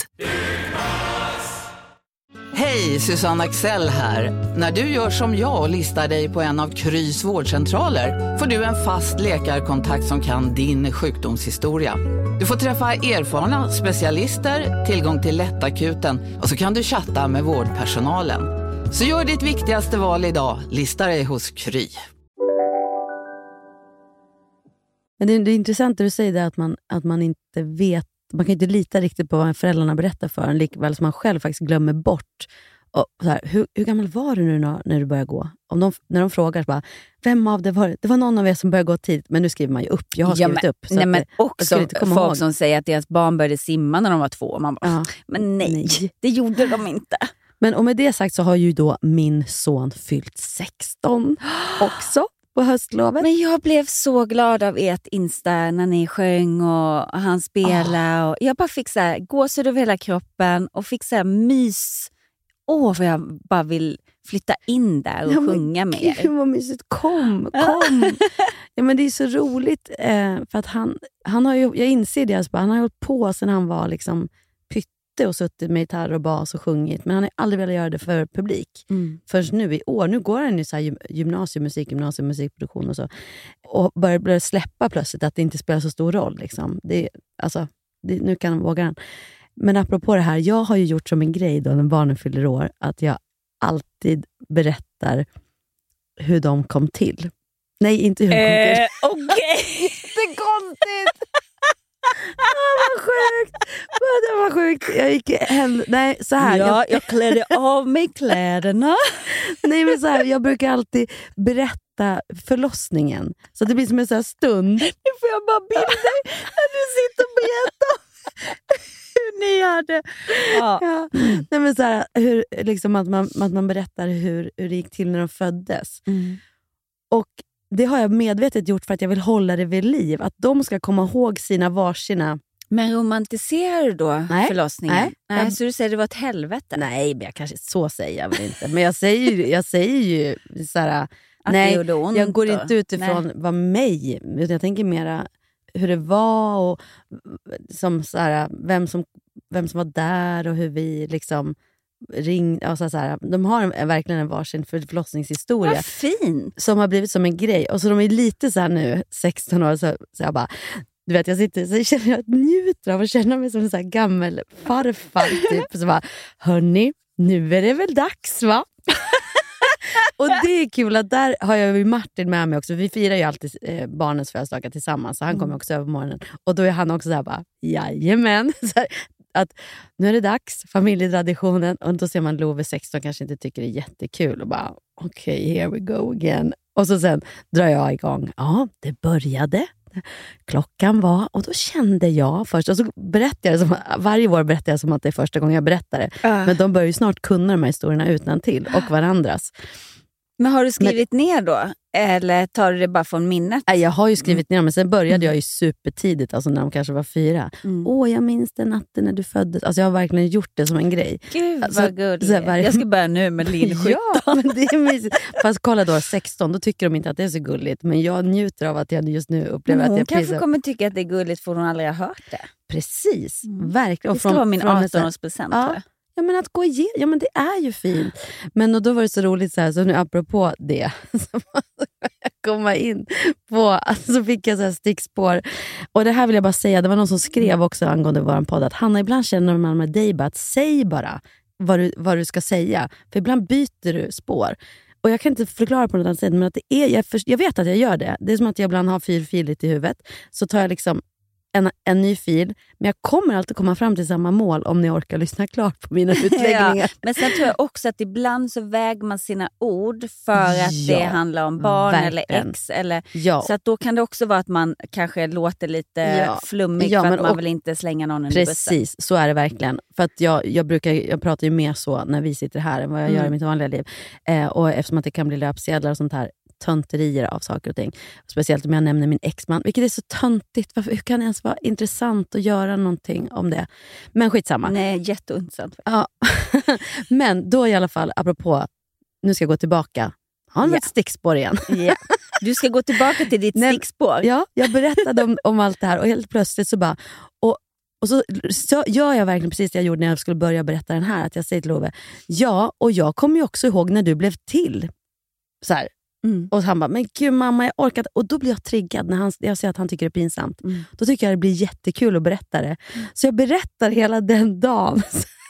Hej, Susanne Axel här. När du gör som jag och listar dig på en av Krys vårdcentraler får du en fast läkarkontakt som kan din sjukdomshistoria. Du får träffa erfarna specialister, tillgång till lättakuten och så kan du chatta med vårdpersonalen. Så gör ditt viktigaste val idag, lista dig hos Kry. Men det är intressant att du säger det att man inte vet. Man kan inte lita riktigt på vad föräldrarna berättar för en, likväl som man själv faktiskt glömmer bort. Och så här, hur gammal var du nu när du började gå? När de frågar bara, vem av det var det? Det var någon av er som började gå tidigt, men nu skriver man ju upp. Jag har skrivit upp. Så men också folk som säger att deras barn började simma när de var 2. Och man bara, men nej, det gjorde de inte. Men och med det sagt så har ju då min son fyllt 16 också. På höstlovet. Men jag blev så glad av ert Insta när ni sjöng och han spelade. Och jag bara fick så här gåshud över hela kroppen och fick så här mys. Vad jag bara vill flytta in där och sjunga med er. Gud vad mysigt. Kom. Ja, men det är så roligt för att han har ju, jag inser det, alltså, han har hållit på sedan han var liksom och suttit med gitarr och bas och sjungit, men han har aldrig velat göra det för publik. Förrän nu i år, nu går han ju så här gymnasiemusikproduktion och så, och börjar släppa plötsligt att det inte spelar så stor roll liksom. Nu kan han våga han. Men apropå det här, jag har ju gjort som en grej då när barnen fyller år, att jag alltid berättar hur de kom till. Nej, inte hur de kom till. Okej. Det är konstigt. Det var sjukt. Jag gick hem. Nej, så här. Ja, jag klädde av mig kläderna. Nej, men så här, jag brukar alltid berätta förlossningen. Så det blir som en sån här stund. Nu får jag bara bilder när du sitter och berättar hur ni hade. Ja. Nej, men så här, hur, liksom att man berättar hur det gick till när de föddes. Och det har jag medvetet gjort för att jag vill hålla det vid liv. Att de ska komma ihåg sina varsina. Men romantiserar du då förlossningen? Nej, så du säger det var ett helvete? Nej, men jag kanske så säger jag väl inte. Men jag säger ju såhär, nej, jag går inte utifrån vad mig, utan jag tänker mera hur det var och som såhär, vem som var där och hur vi liksom ringde. Och såhär, de har verkligen en varsin förlossningshistoria. Vad fint! Som har blivit som en grej. Och så de är lite så här nu, 16 år, så jag bara... Du vet, jag sitter så känner jag njuter av att känna mig som en sån här gammal farfar typ. Så bara, hörni, nu är det väl dags va? Och det är kul att där har jag ju Martin med mig också. Vi firar ju alltid barnens födelsedagar tillsammans. Så han kommer också över morgonen. Och då är han också så här bara, jajamän. Så här, att nu är det dags, familjetraditionen. Och då ser man Love 16 kanske inte tycker det är jättekul. Och bara, okej, here we go again. Och så sen drar jag igång. Ja, det började. Klockan var, och då kände jag först, och så berättade jag varje år berättar jag som att det är första gången jag berättar det. Men de börjar ju snart kunna de här historierna utan till och varandras. Men har du skrivit ner då? Eller tar du det bara från minnet? Nej, jag har ju skrivit ner, men sen började jag ju supertidigt, alltså när de kanske var 4. Jag minns den natten när du föddes. Alltså jag har verkligen gjort det som en grej. Gud vad gulligt. Jag ska börja nu med Linn 17. Ja, men det är mysigt. Fast kolla då, 16, då tycker de inte att det är så gulligt. Men jag njuter av att jag just nu upplever att jag... Hon kanske kommer tycka att det är gulligt för hon aldrig har hört det. Precis, verkligen. Det ska vara min 18-årspresent, tror jag. Ja, men att gå igenom, ja men det är ju fint. Men och då var det så roligt så här, så nu apropå det så jag komma in på, alltså så fick jag så här stickspår. Och det här vill jag bara säga, det var någon som skrev också angående våran podd att Hanna, ibland känner man med dig bara att säg bara vad du ska säga. För ibland byter du spår. Och jag kan inte förklara på något annat sätt, men att det är, jag vet att jag gör det. Det är som att jag ibland har 4 filer i huvudet. Så tar jag liksom en ny fil, men jag kommer alltid komma fram till samma mål om ni orkar lyssna klart på mina utläggningar. Ja, men sen tror jag också att ibland så väger man sina ord för att det handlar om barn eller ex. Eller, så att då kan det också vara att man kanske låter lite flummigt för att man vill inte slänga någon under bussen. Precis, så är det verkligen. För att jag pratar ju mer så när vi sitter här än vad jag gör i mitt vanliga liv. Och eftersom att det kan bli löpsedlar och sånt här, tönterier av saker och ting. Speciellt om jag nämner min exman. Vilket är så töntigt. Hur kan det ens vara intressant att göra någonting om det? Men skitsamma. Nej, jätteintressant. Ja. Men då i alla fall, apropå, nu ska jag gå tillbaka. Har ett stickspår igen. Du ska gå tillbaka till ditt stickspår. Ja, jag berättade om allt det här och helt plötsligt så bara... Och så gör jag verkligen precis det jag gjorde när jag skulle börja berätta den här. Att jag säger till Love, ja, och jag kommer ju också ihåg när du blev till. Så här. Och han bara, men gud mamma, jag orkar inte. Och då blir jag triggad när jag ser att han tycker det är pinsamt. Då tycker jag det blir jättekul att berätta det. Så jag berättar hela den dagen.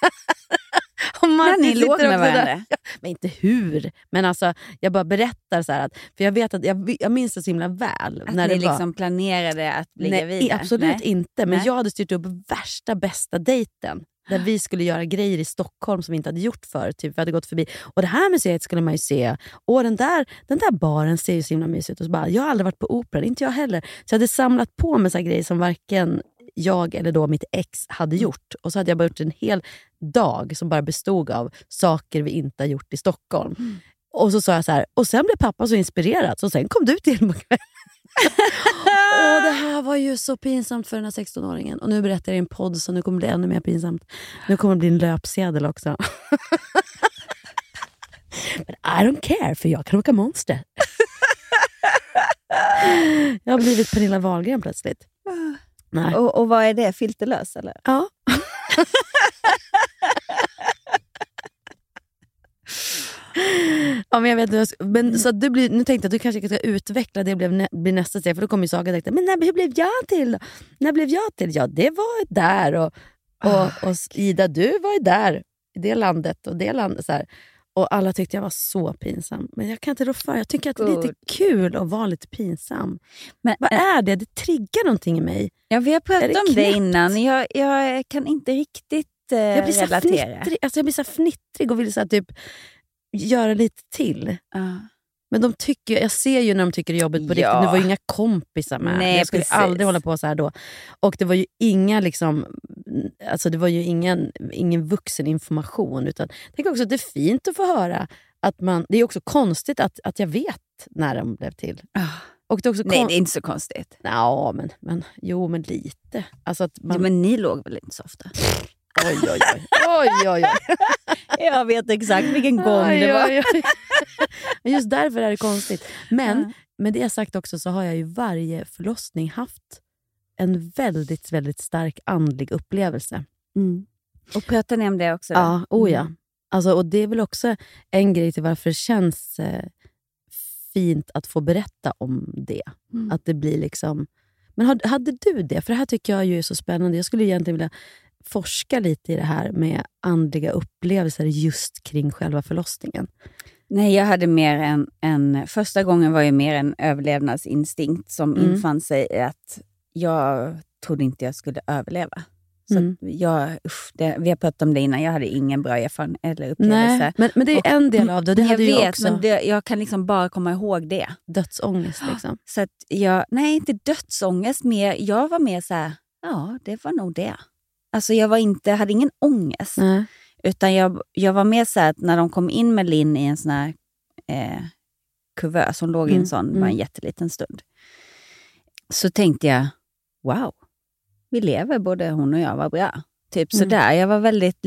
När ni låg med varandra. Men inte hur. Men alltså, jag bara berättar så här att, för jag vet att jag minns det så himla väl. Att när ni det var, liksom planerade att bli gravida? Nej, absolut inte. Men jag hade styrt upp värsta bästa dejten. Där vi skulle göra grejer i Stockholm som vi inte hade gjort förr. Typ, vi hade gått förbi. Och det här museet skulle man ju se. Och den där baren ser ju så himla mysigt ut. Och så bara, jag har aldrig varit på operan, inte jag heller. Så jag hade samlat på mig så här grejer som varken jag eller då mitt ex hade gjort. Och så hade jag bara gjort en hel dag som bara bestod av saker vi inte har gjort i Stockholm. Och så sa jag så här, och sen blev pappa så inspirerad. Så sen kom du till på kvällen. Och det här var ju så pinsamt för den här 16-åringen. Och nu berättar jag i en podd, så nu kommer det bli ännu mer pinsamt. Nu kommer det bli en löpsedel också. But I don't care, för jag kan åka monster. Jag har blivit Pernilla Wahlgren plötsligt. Nej. Och vad är det? Filterlös eller? Ja. Ja, men jag vet, men så du nu tänkte jag att du kanske ska utveckla det, blir nästa steg, för då kommer ju Saga direkt. Men hur blev jag till? När blev jag till? Ja, det var där och Ida, du var ju där i det landet och det landet så här. Och alla tyckte jag var så pinsam. Men jag kan inte rå för. Jag tycker att det är lite kul att vara lite pinsam. Men vad är det? Det triggar någonting i mig. Ja, vi har pratat om det innan. Jag kan inte riktigt jag blir relatera. Fnittrig. Alltså jag blir så fnittrig och vill så här, typ göra lite till. Men de tycker, jag ser ju när de tycker det är jobbigt på riktigt. Det var ju inga kompisar med. Nej, jag skulle aldrig hålla på så här då. Och det var ju inga liksom, alltså det var ju ingen vuxen information, utan jag tänker också att det är fint att få höra det är också konstigt att jag vet när de blev till. Och det är också Nej, det är inte så konstigt. Ja, men lite. Alltså att man... men ni låg väl inte så ofta? Oj. Jag vet exakt vilken gång det var. Men just därför är det konstigt. Men med det sagt också så har jag ju varje förlossning haft en väldigt, väldigt stark andlig upplevelse. Och pratar ni om det också? Ja, ja. Alltså, och det är väl också en grej till varför det känns fint att få berätta om det. Att det blir liksom... Men hade du det? För det här tycker jag ju är så spännande. Jag skulle egentligen vilja forska lite i det här med andliga upplevelser just kring själva förlossningen. Nej, jag hade mer första gången var ju mer en överlevnadsinstinkt som infann sig att jag trodde inte jag skulle överleva. Så vi har pratat om det innan. Jag hade ingen bra erfarenhet eller upplevelse. Nej, men det är en del av det. Det hade jag också. Men jag kan liksom bara komma ihåg det. Dödsångest liksom. Så att nej, inte dödsångest. Jag var mer så här, ja, det var nog det. Alltså jag hade ingen ångest. Nej. Utan jag var mer så här att när de kom in med Linn i en sån här kuvös, som låg i en sån, var en jätteliten stund. Så tänkte jag, wow, vi lever, både hon och jag, var bra. Typ sådär. Jag var väldigt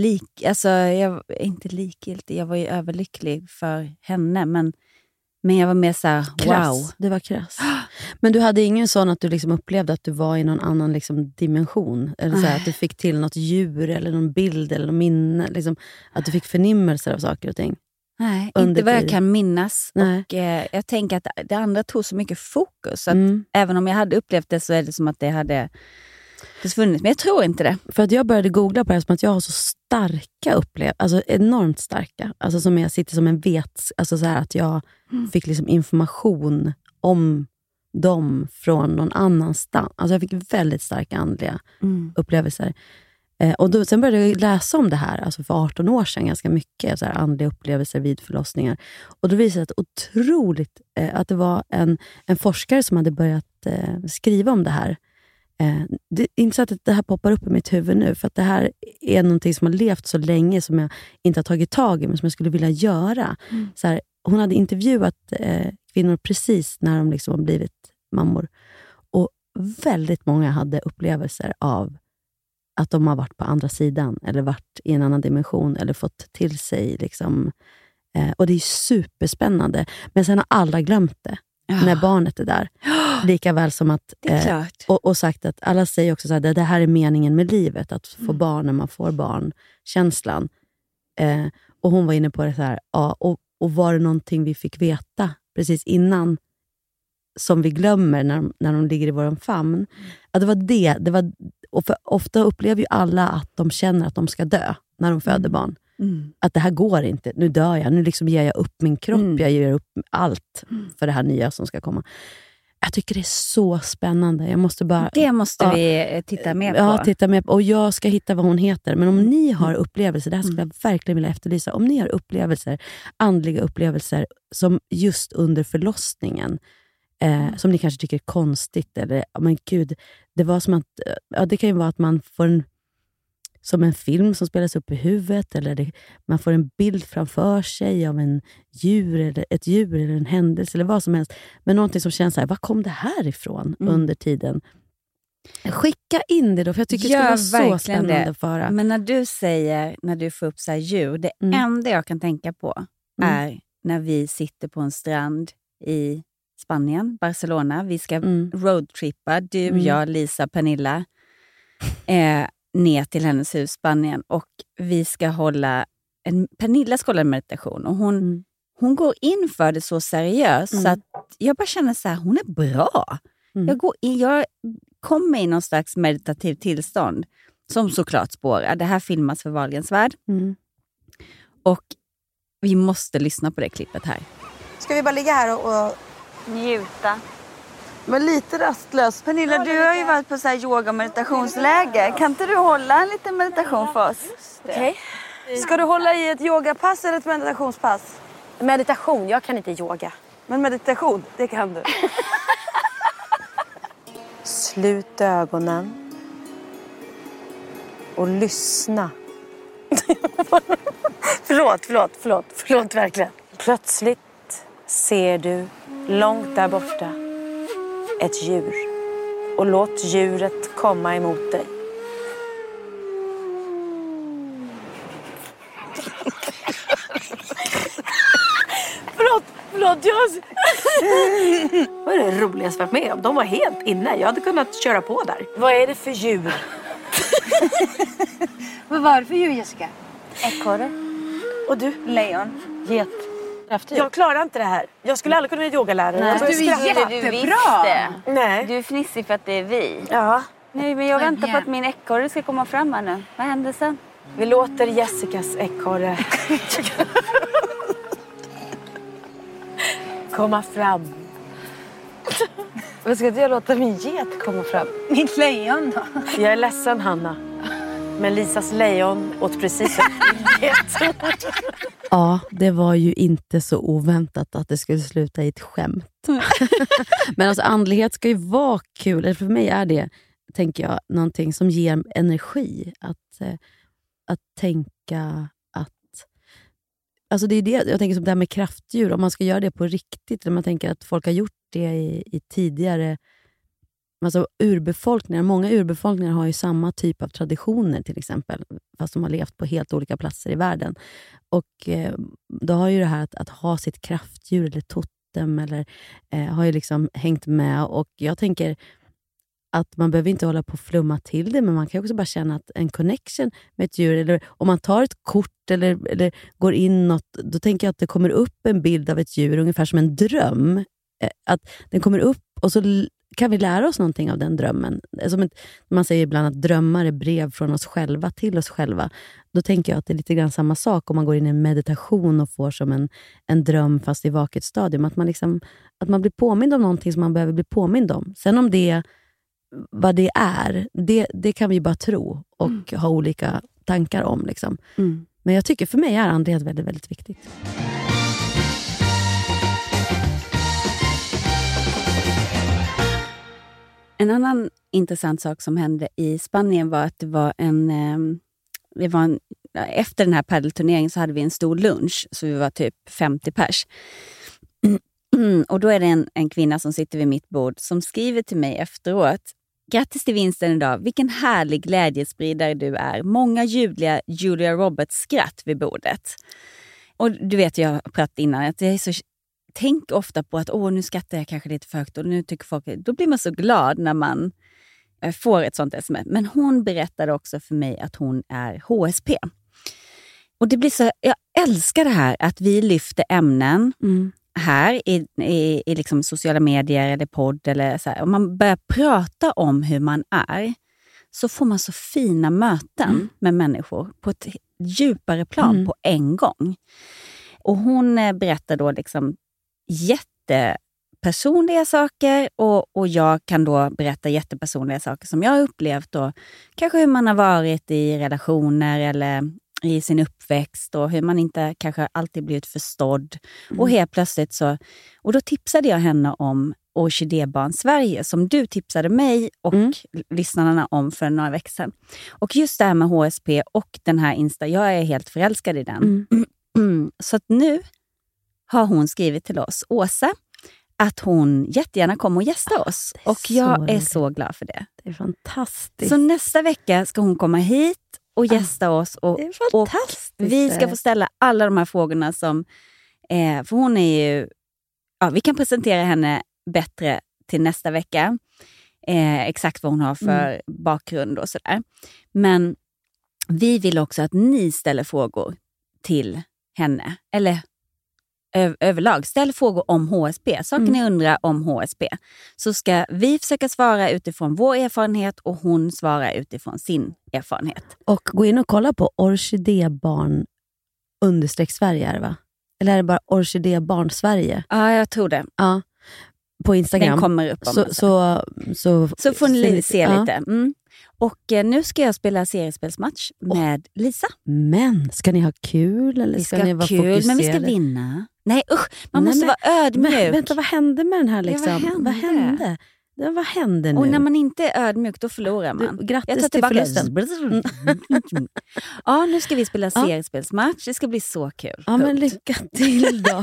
inte likgiltig, jag var ju överlycklig för henne, men jag var mer så här, wow. Det var krass. Men du hade ingen sån att du liksom upplevde att du var i någon annan liksom dimension? Eller så här, att du fick till något djur eller någon bild eller någon minne? Liksom, att du fick förnimmelser av saker och ting? Nej, inte vad jag kan minnas. Och jag tänker att det andra tog så mycket fokus. Så att även om jag hade upplevt det så är det som att det hade försvunnit. Men jag tror inte det. För att jag började googla på det som att jag har så starka upplevelser. Alltså enormt starka. Alltså som jag sitter som en alltså så här att jag fick liksom information om dem från någon annanstans. Alltså jag fick väldigt starka andliga upplevelser. Och sen började jag läsa om det här, alltså för 18 år sedan, ganska mycket så här andliga upplevelser vid förlossningar. Och då visade det otroligt att det var en forskare som hade börjat skriva om det här. Det är inte så att det här poppar upp i mitt huvud nu, för att det här är någonting som har levt så länge som jag inte har tagit tag i, men som jag skulle vilja göra. Så här, hon hade intervjuat kvinnor precis när de liksom har blivit mammor. Och väldigt många hade upplevelser av att de har varit på andra sidan eller varit i en annan dimension eller fått till sig liksom. Och det är superspännande. Men sen har alla glömt det när barnet är där. Lika väl som att och sagt att alla säger också så här, det här är meningen med livet, att få barn när man får barn, känslan. Och hon var inne på det så här, och var det någonting vi fick veta precis innan som vi glömmer när de ligger i våran famn. Att det var och för ofta upplever ju alla att de känner att de ska dö när de föder barn. Att det här går inte, nu dör jag, nu liksom ger jag upp min kropp, jag ger upp allt för det här nya som ska komma. Jag tycker det är så spännande. Det måste vi titta mer på. Ja, titta mer på. Och jag ska hitta vad hon heter. Men om ni har upplevelser, det här skulle jag verkligen vilja efterlysa. Om ni har upplevelser, andliga upplevelser som just under förlossningen, som ni kanske tycker är konstigt, eller men gud, det var som att det kan ju vara att man får som en film som spelas upp i huvudet, eller man får en bild framför sig av ett djur eller en händelse eller vad som helst, men någonting som känns så här, var kom det här ifrån under tiden? Skicka in det då, för jag tycker det skulle vara så spännande att höra. Men när du får upp så här djur, det enda jag kan tänka på är när vi sitter på en strand i Spanien, Barcelona. Vi ska roadtrippa, du, jag, Lisa, Pernilla, ner till hennes hus, Spanien. Och vi ska Pernilla ska hålla en meditation. Och hon går in för det så seriöst så att jag bara känner så här, hon är bra. Jag kommer i någon slags meditativ tillstånd som såklart spårar. Det här filmas för Wahlgrens värld. Och vi måste lyssna på det klippet här. Ska vi bara ligga här och njuta? Men lite rastlös. Pernilla, du har ju varit på så här yoga- och meditationsläger. Kan inte du hålla en liten meditation för oss? Okej. Ska du hålla i ett yogapass eller ett meditationspass? Meditation, jag kan inte yoga. Men meditation, det kan du. Slut ögonen. Och lyssna. Förlåt verkligen. Plötsligt ser du långt där borta ett djur. Och låt djuret komma emot dig. Förlåt, jag... Vad är det roligaste jag varit med om? De var helt inne. Jag hade kunnat köra på där. Vad är det för djur? Vad var det för djur, Jessica? Ekorre. Och du? Lejon. Get. Jag klarar inte det här. Jag skulle aldrig kunna bli yogalärare. Nej, du är jättebra. Nej. Du är fnissig för att det är vi. Ja. Nej, men jag väntar på att min ekorre ska komma fram här nu. Vad händer sen? Vi låter Jessicas ekorre komma fram. Vad ska jag låta min get komma fram? Mitt lejon då? Jag är ledsen, Hanna. Men Lisas lejon åt precis en get. Ja, det var ju inte så oväntat att det skulle sluta i ett skämt. Men alltså andlighet ska ju vara kul. Eller för mig är det, tänker jag, någonting som ger energi. Att tänka att... Alltså det är det jag tänker som det här med kraftdjur. Om man ska göra det på riktigt. Eller man tänker att folk har gjort det i tidigare... Alltså urbefolkningar, många urbefolkningar har ju samma typ av traditioner till exempel, fast de har levt på helt olika platser i världen. Och då har ju det här att ha sitt kraftdjur eller totem eller har ju liksom hängt med, och jag tänker att man behöver inte hålla på och flumma till det, men man kan också bara känna att en connection med ett djur, eller om man tar ett kort eller går in något, då tänker jag att det kommer upp en bild av ett djur ungefär som en dröm, att den kommer upp och så kan vi lära oss någonting av den drömmen. Som man säger ibland att drömmar är brev från oss själva till oss själva. Då tänker jag att det är lite grann samma sak om man går in i en meditation och får som en dröm fast i vaket stadium. Att man blir påmind om någonting som man behöver bli påmind om. Sen om det, vad det är, det kan vi bara tro och ha olika tankar om. Liksom. Men jag tycker för mig är andlighet väldigt, väldigt viktigt. En annan intressant sak som hände i Spanien var att det var efter den här paddelturneringen så hade vi en stor lunch, så vi var typ 50 pers. Och då är det en kvinna som sitter vid mitt bord som skriver till mig efteråt: grattis till vinsten idag, vilken härlig glädjespridare du är. Många ljudliga Julia Roberts-skratt vid bordet. Och du vet, jag har pratat innan att jag är så... Tänk ofta på att nu skrattar jag kanske lite för högt och nu tycker folk... Då blir man så glad när man får ett sånt sms. Men hon berättade också för mig att hon är HSP. Och det blir så... Jag älskar det här att vi lyfter ämnen här i liksom sociala medier eller podd eller så här. Om man börjar prata om hur man är, så får man så fina möten med människor på ett djupare plan på en gång. Och hon berättar då liksom jättepersonliga saker och jag kan då berätta jättepersonliga saker som jag har upplevt och kanske hur man har varit i relationer eller i sin uppväxt och hur man inte kanske alltid blivit förstådd. Och helt plötsligt så, och då tipsade jag henne om Orkidébarn Sverige som du tipsade mig och lyssnarna om för några veckor sedan. Och just det här med HSP och den här Insta, jag är helt förälskad i den. Så att nu har hon skrivit till oss, Åsa, att hon jättegärna kommer och gästa oss. Och jag är så glad för det. Det är fantastiskt. Så nästa vecka ska hon komma hit och gästa oss. Och, det är fantastiskt. Och vi ska få ställa alla de här frågorna som... för hon är ju... Ja, vi kan presentera henne bättre till nästa vecka. Exakt vad hon har för bakgrund och sådär. Men vi vill också att ni ställer frågor till henne. Eller överlag, ställ frågor om HSP. Saker ni undrar om HSP. Så ska vi försöka svara utifrån vår erfarenhet och hon svara utifrån sin erfarenhet. Och gå in och kolla på Orkidébarn _Sverige är det, va? Eller är det bara Orkidébarn Sverige? Ja, jag tror det. Ja, på Instagram. Den kommer upp om så får ni se lite. Och nu ska jag spela seriespelsmatch med Lisa. Men ska ni ha kul eller ska ni vara fokuserade? Men vi ska vinna. Nej, man måste vara ödmjuk. Vänta, vad hände med den här liksom? Vad hände? Vad händer nu? Och när man inte är ödmjuk, då förlorar man. Grattis till förlusten. Ja, nu ska vi spela seriespelsmatch. Det ska bli så kul. Ja, men lycka till då.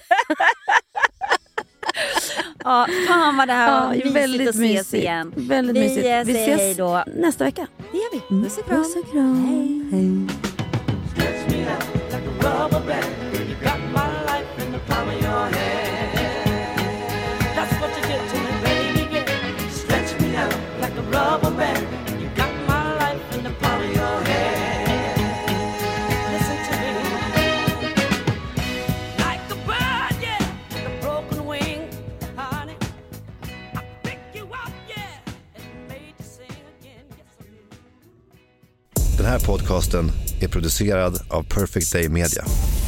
Ja, fan vad det här var mysigt väldigt att ses igen. Väldigt mysigt. Vi ses hej då nästa vecka. Det gör vi. Puss och kram. Puss och kram. Hej. Den här podcasten är producerad av Perfect Day Media.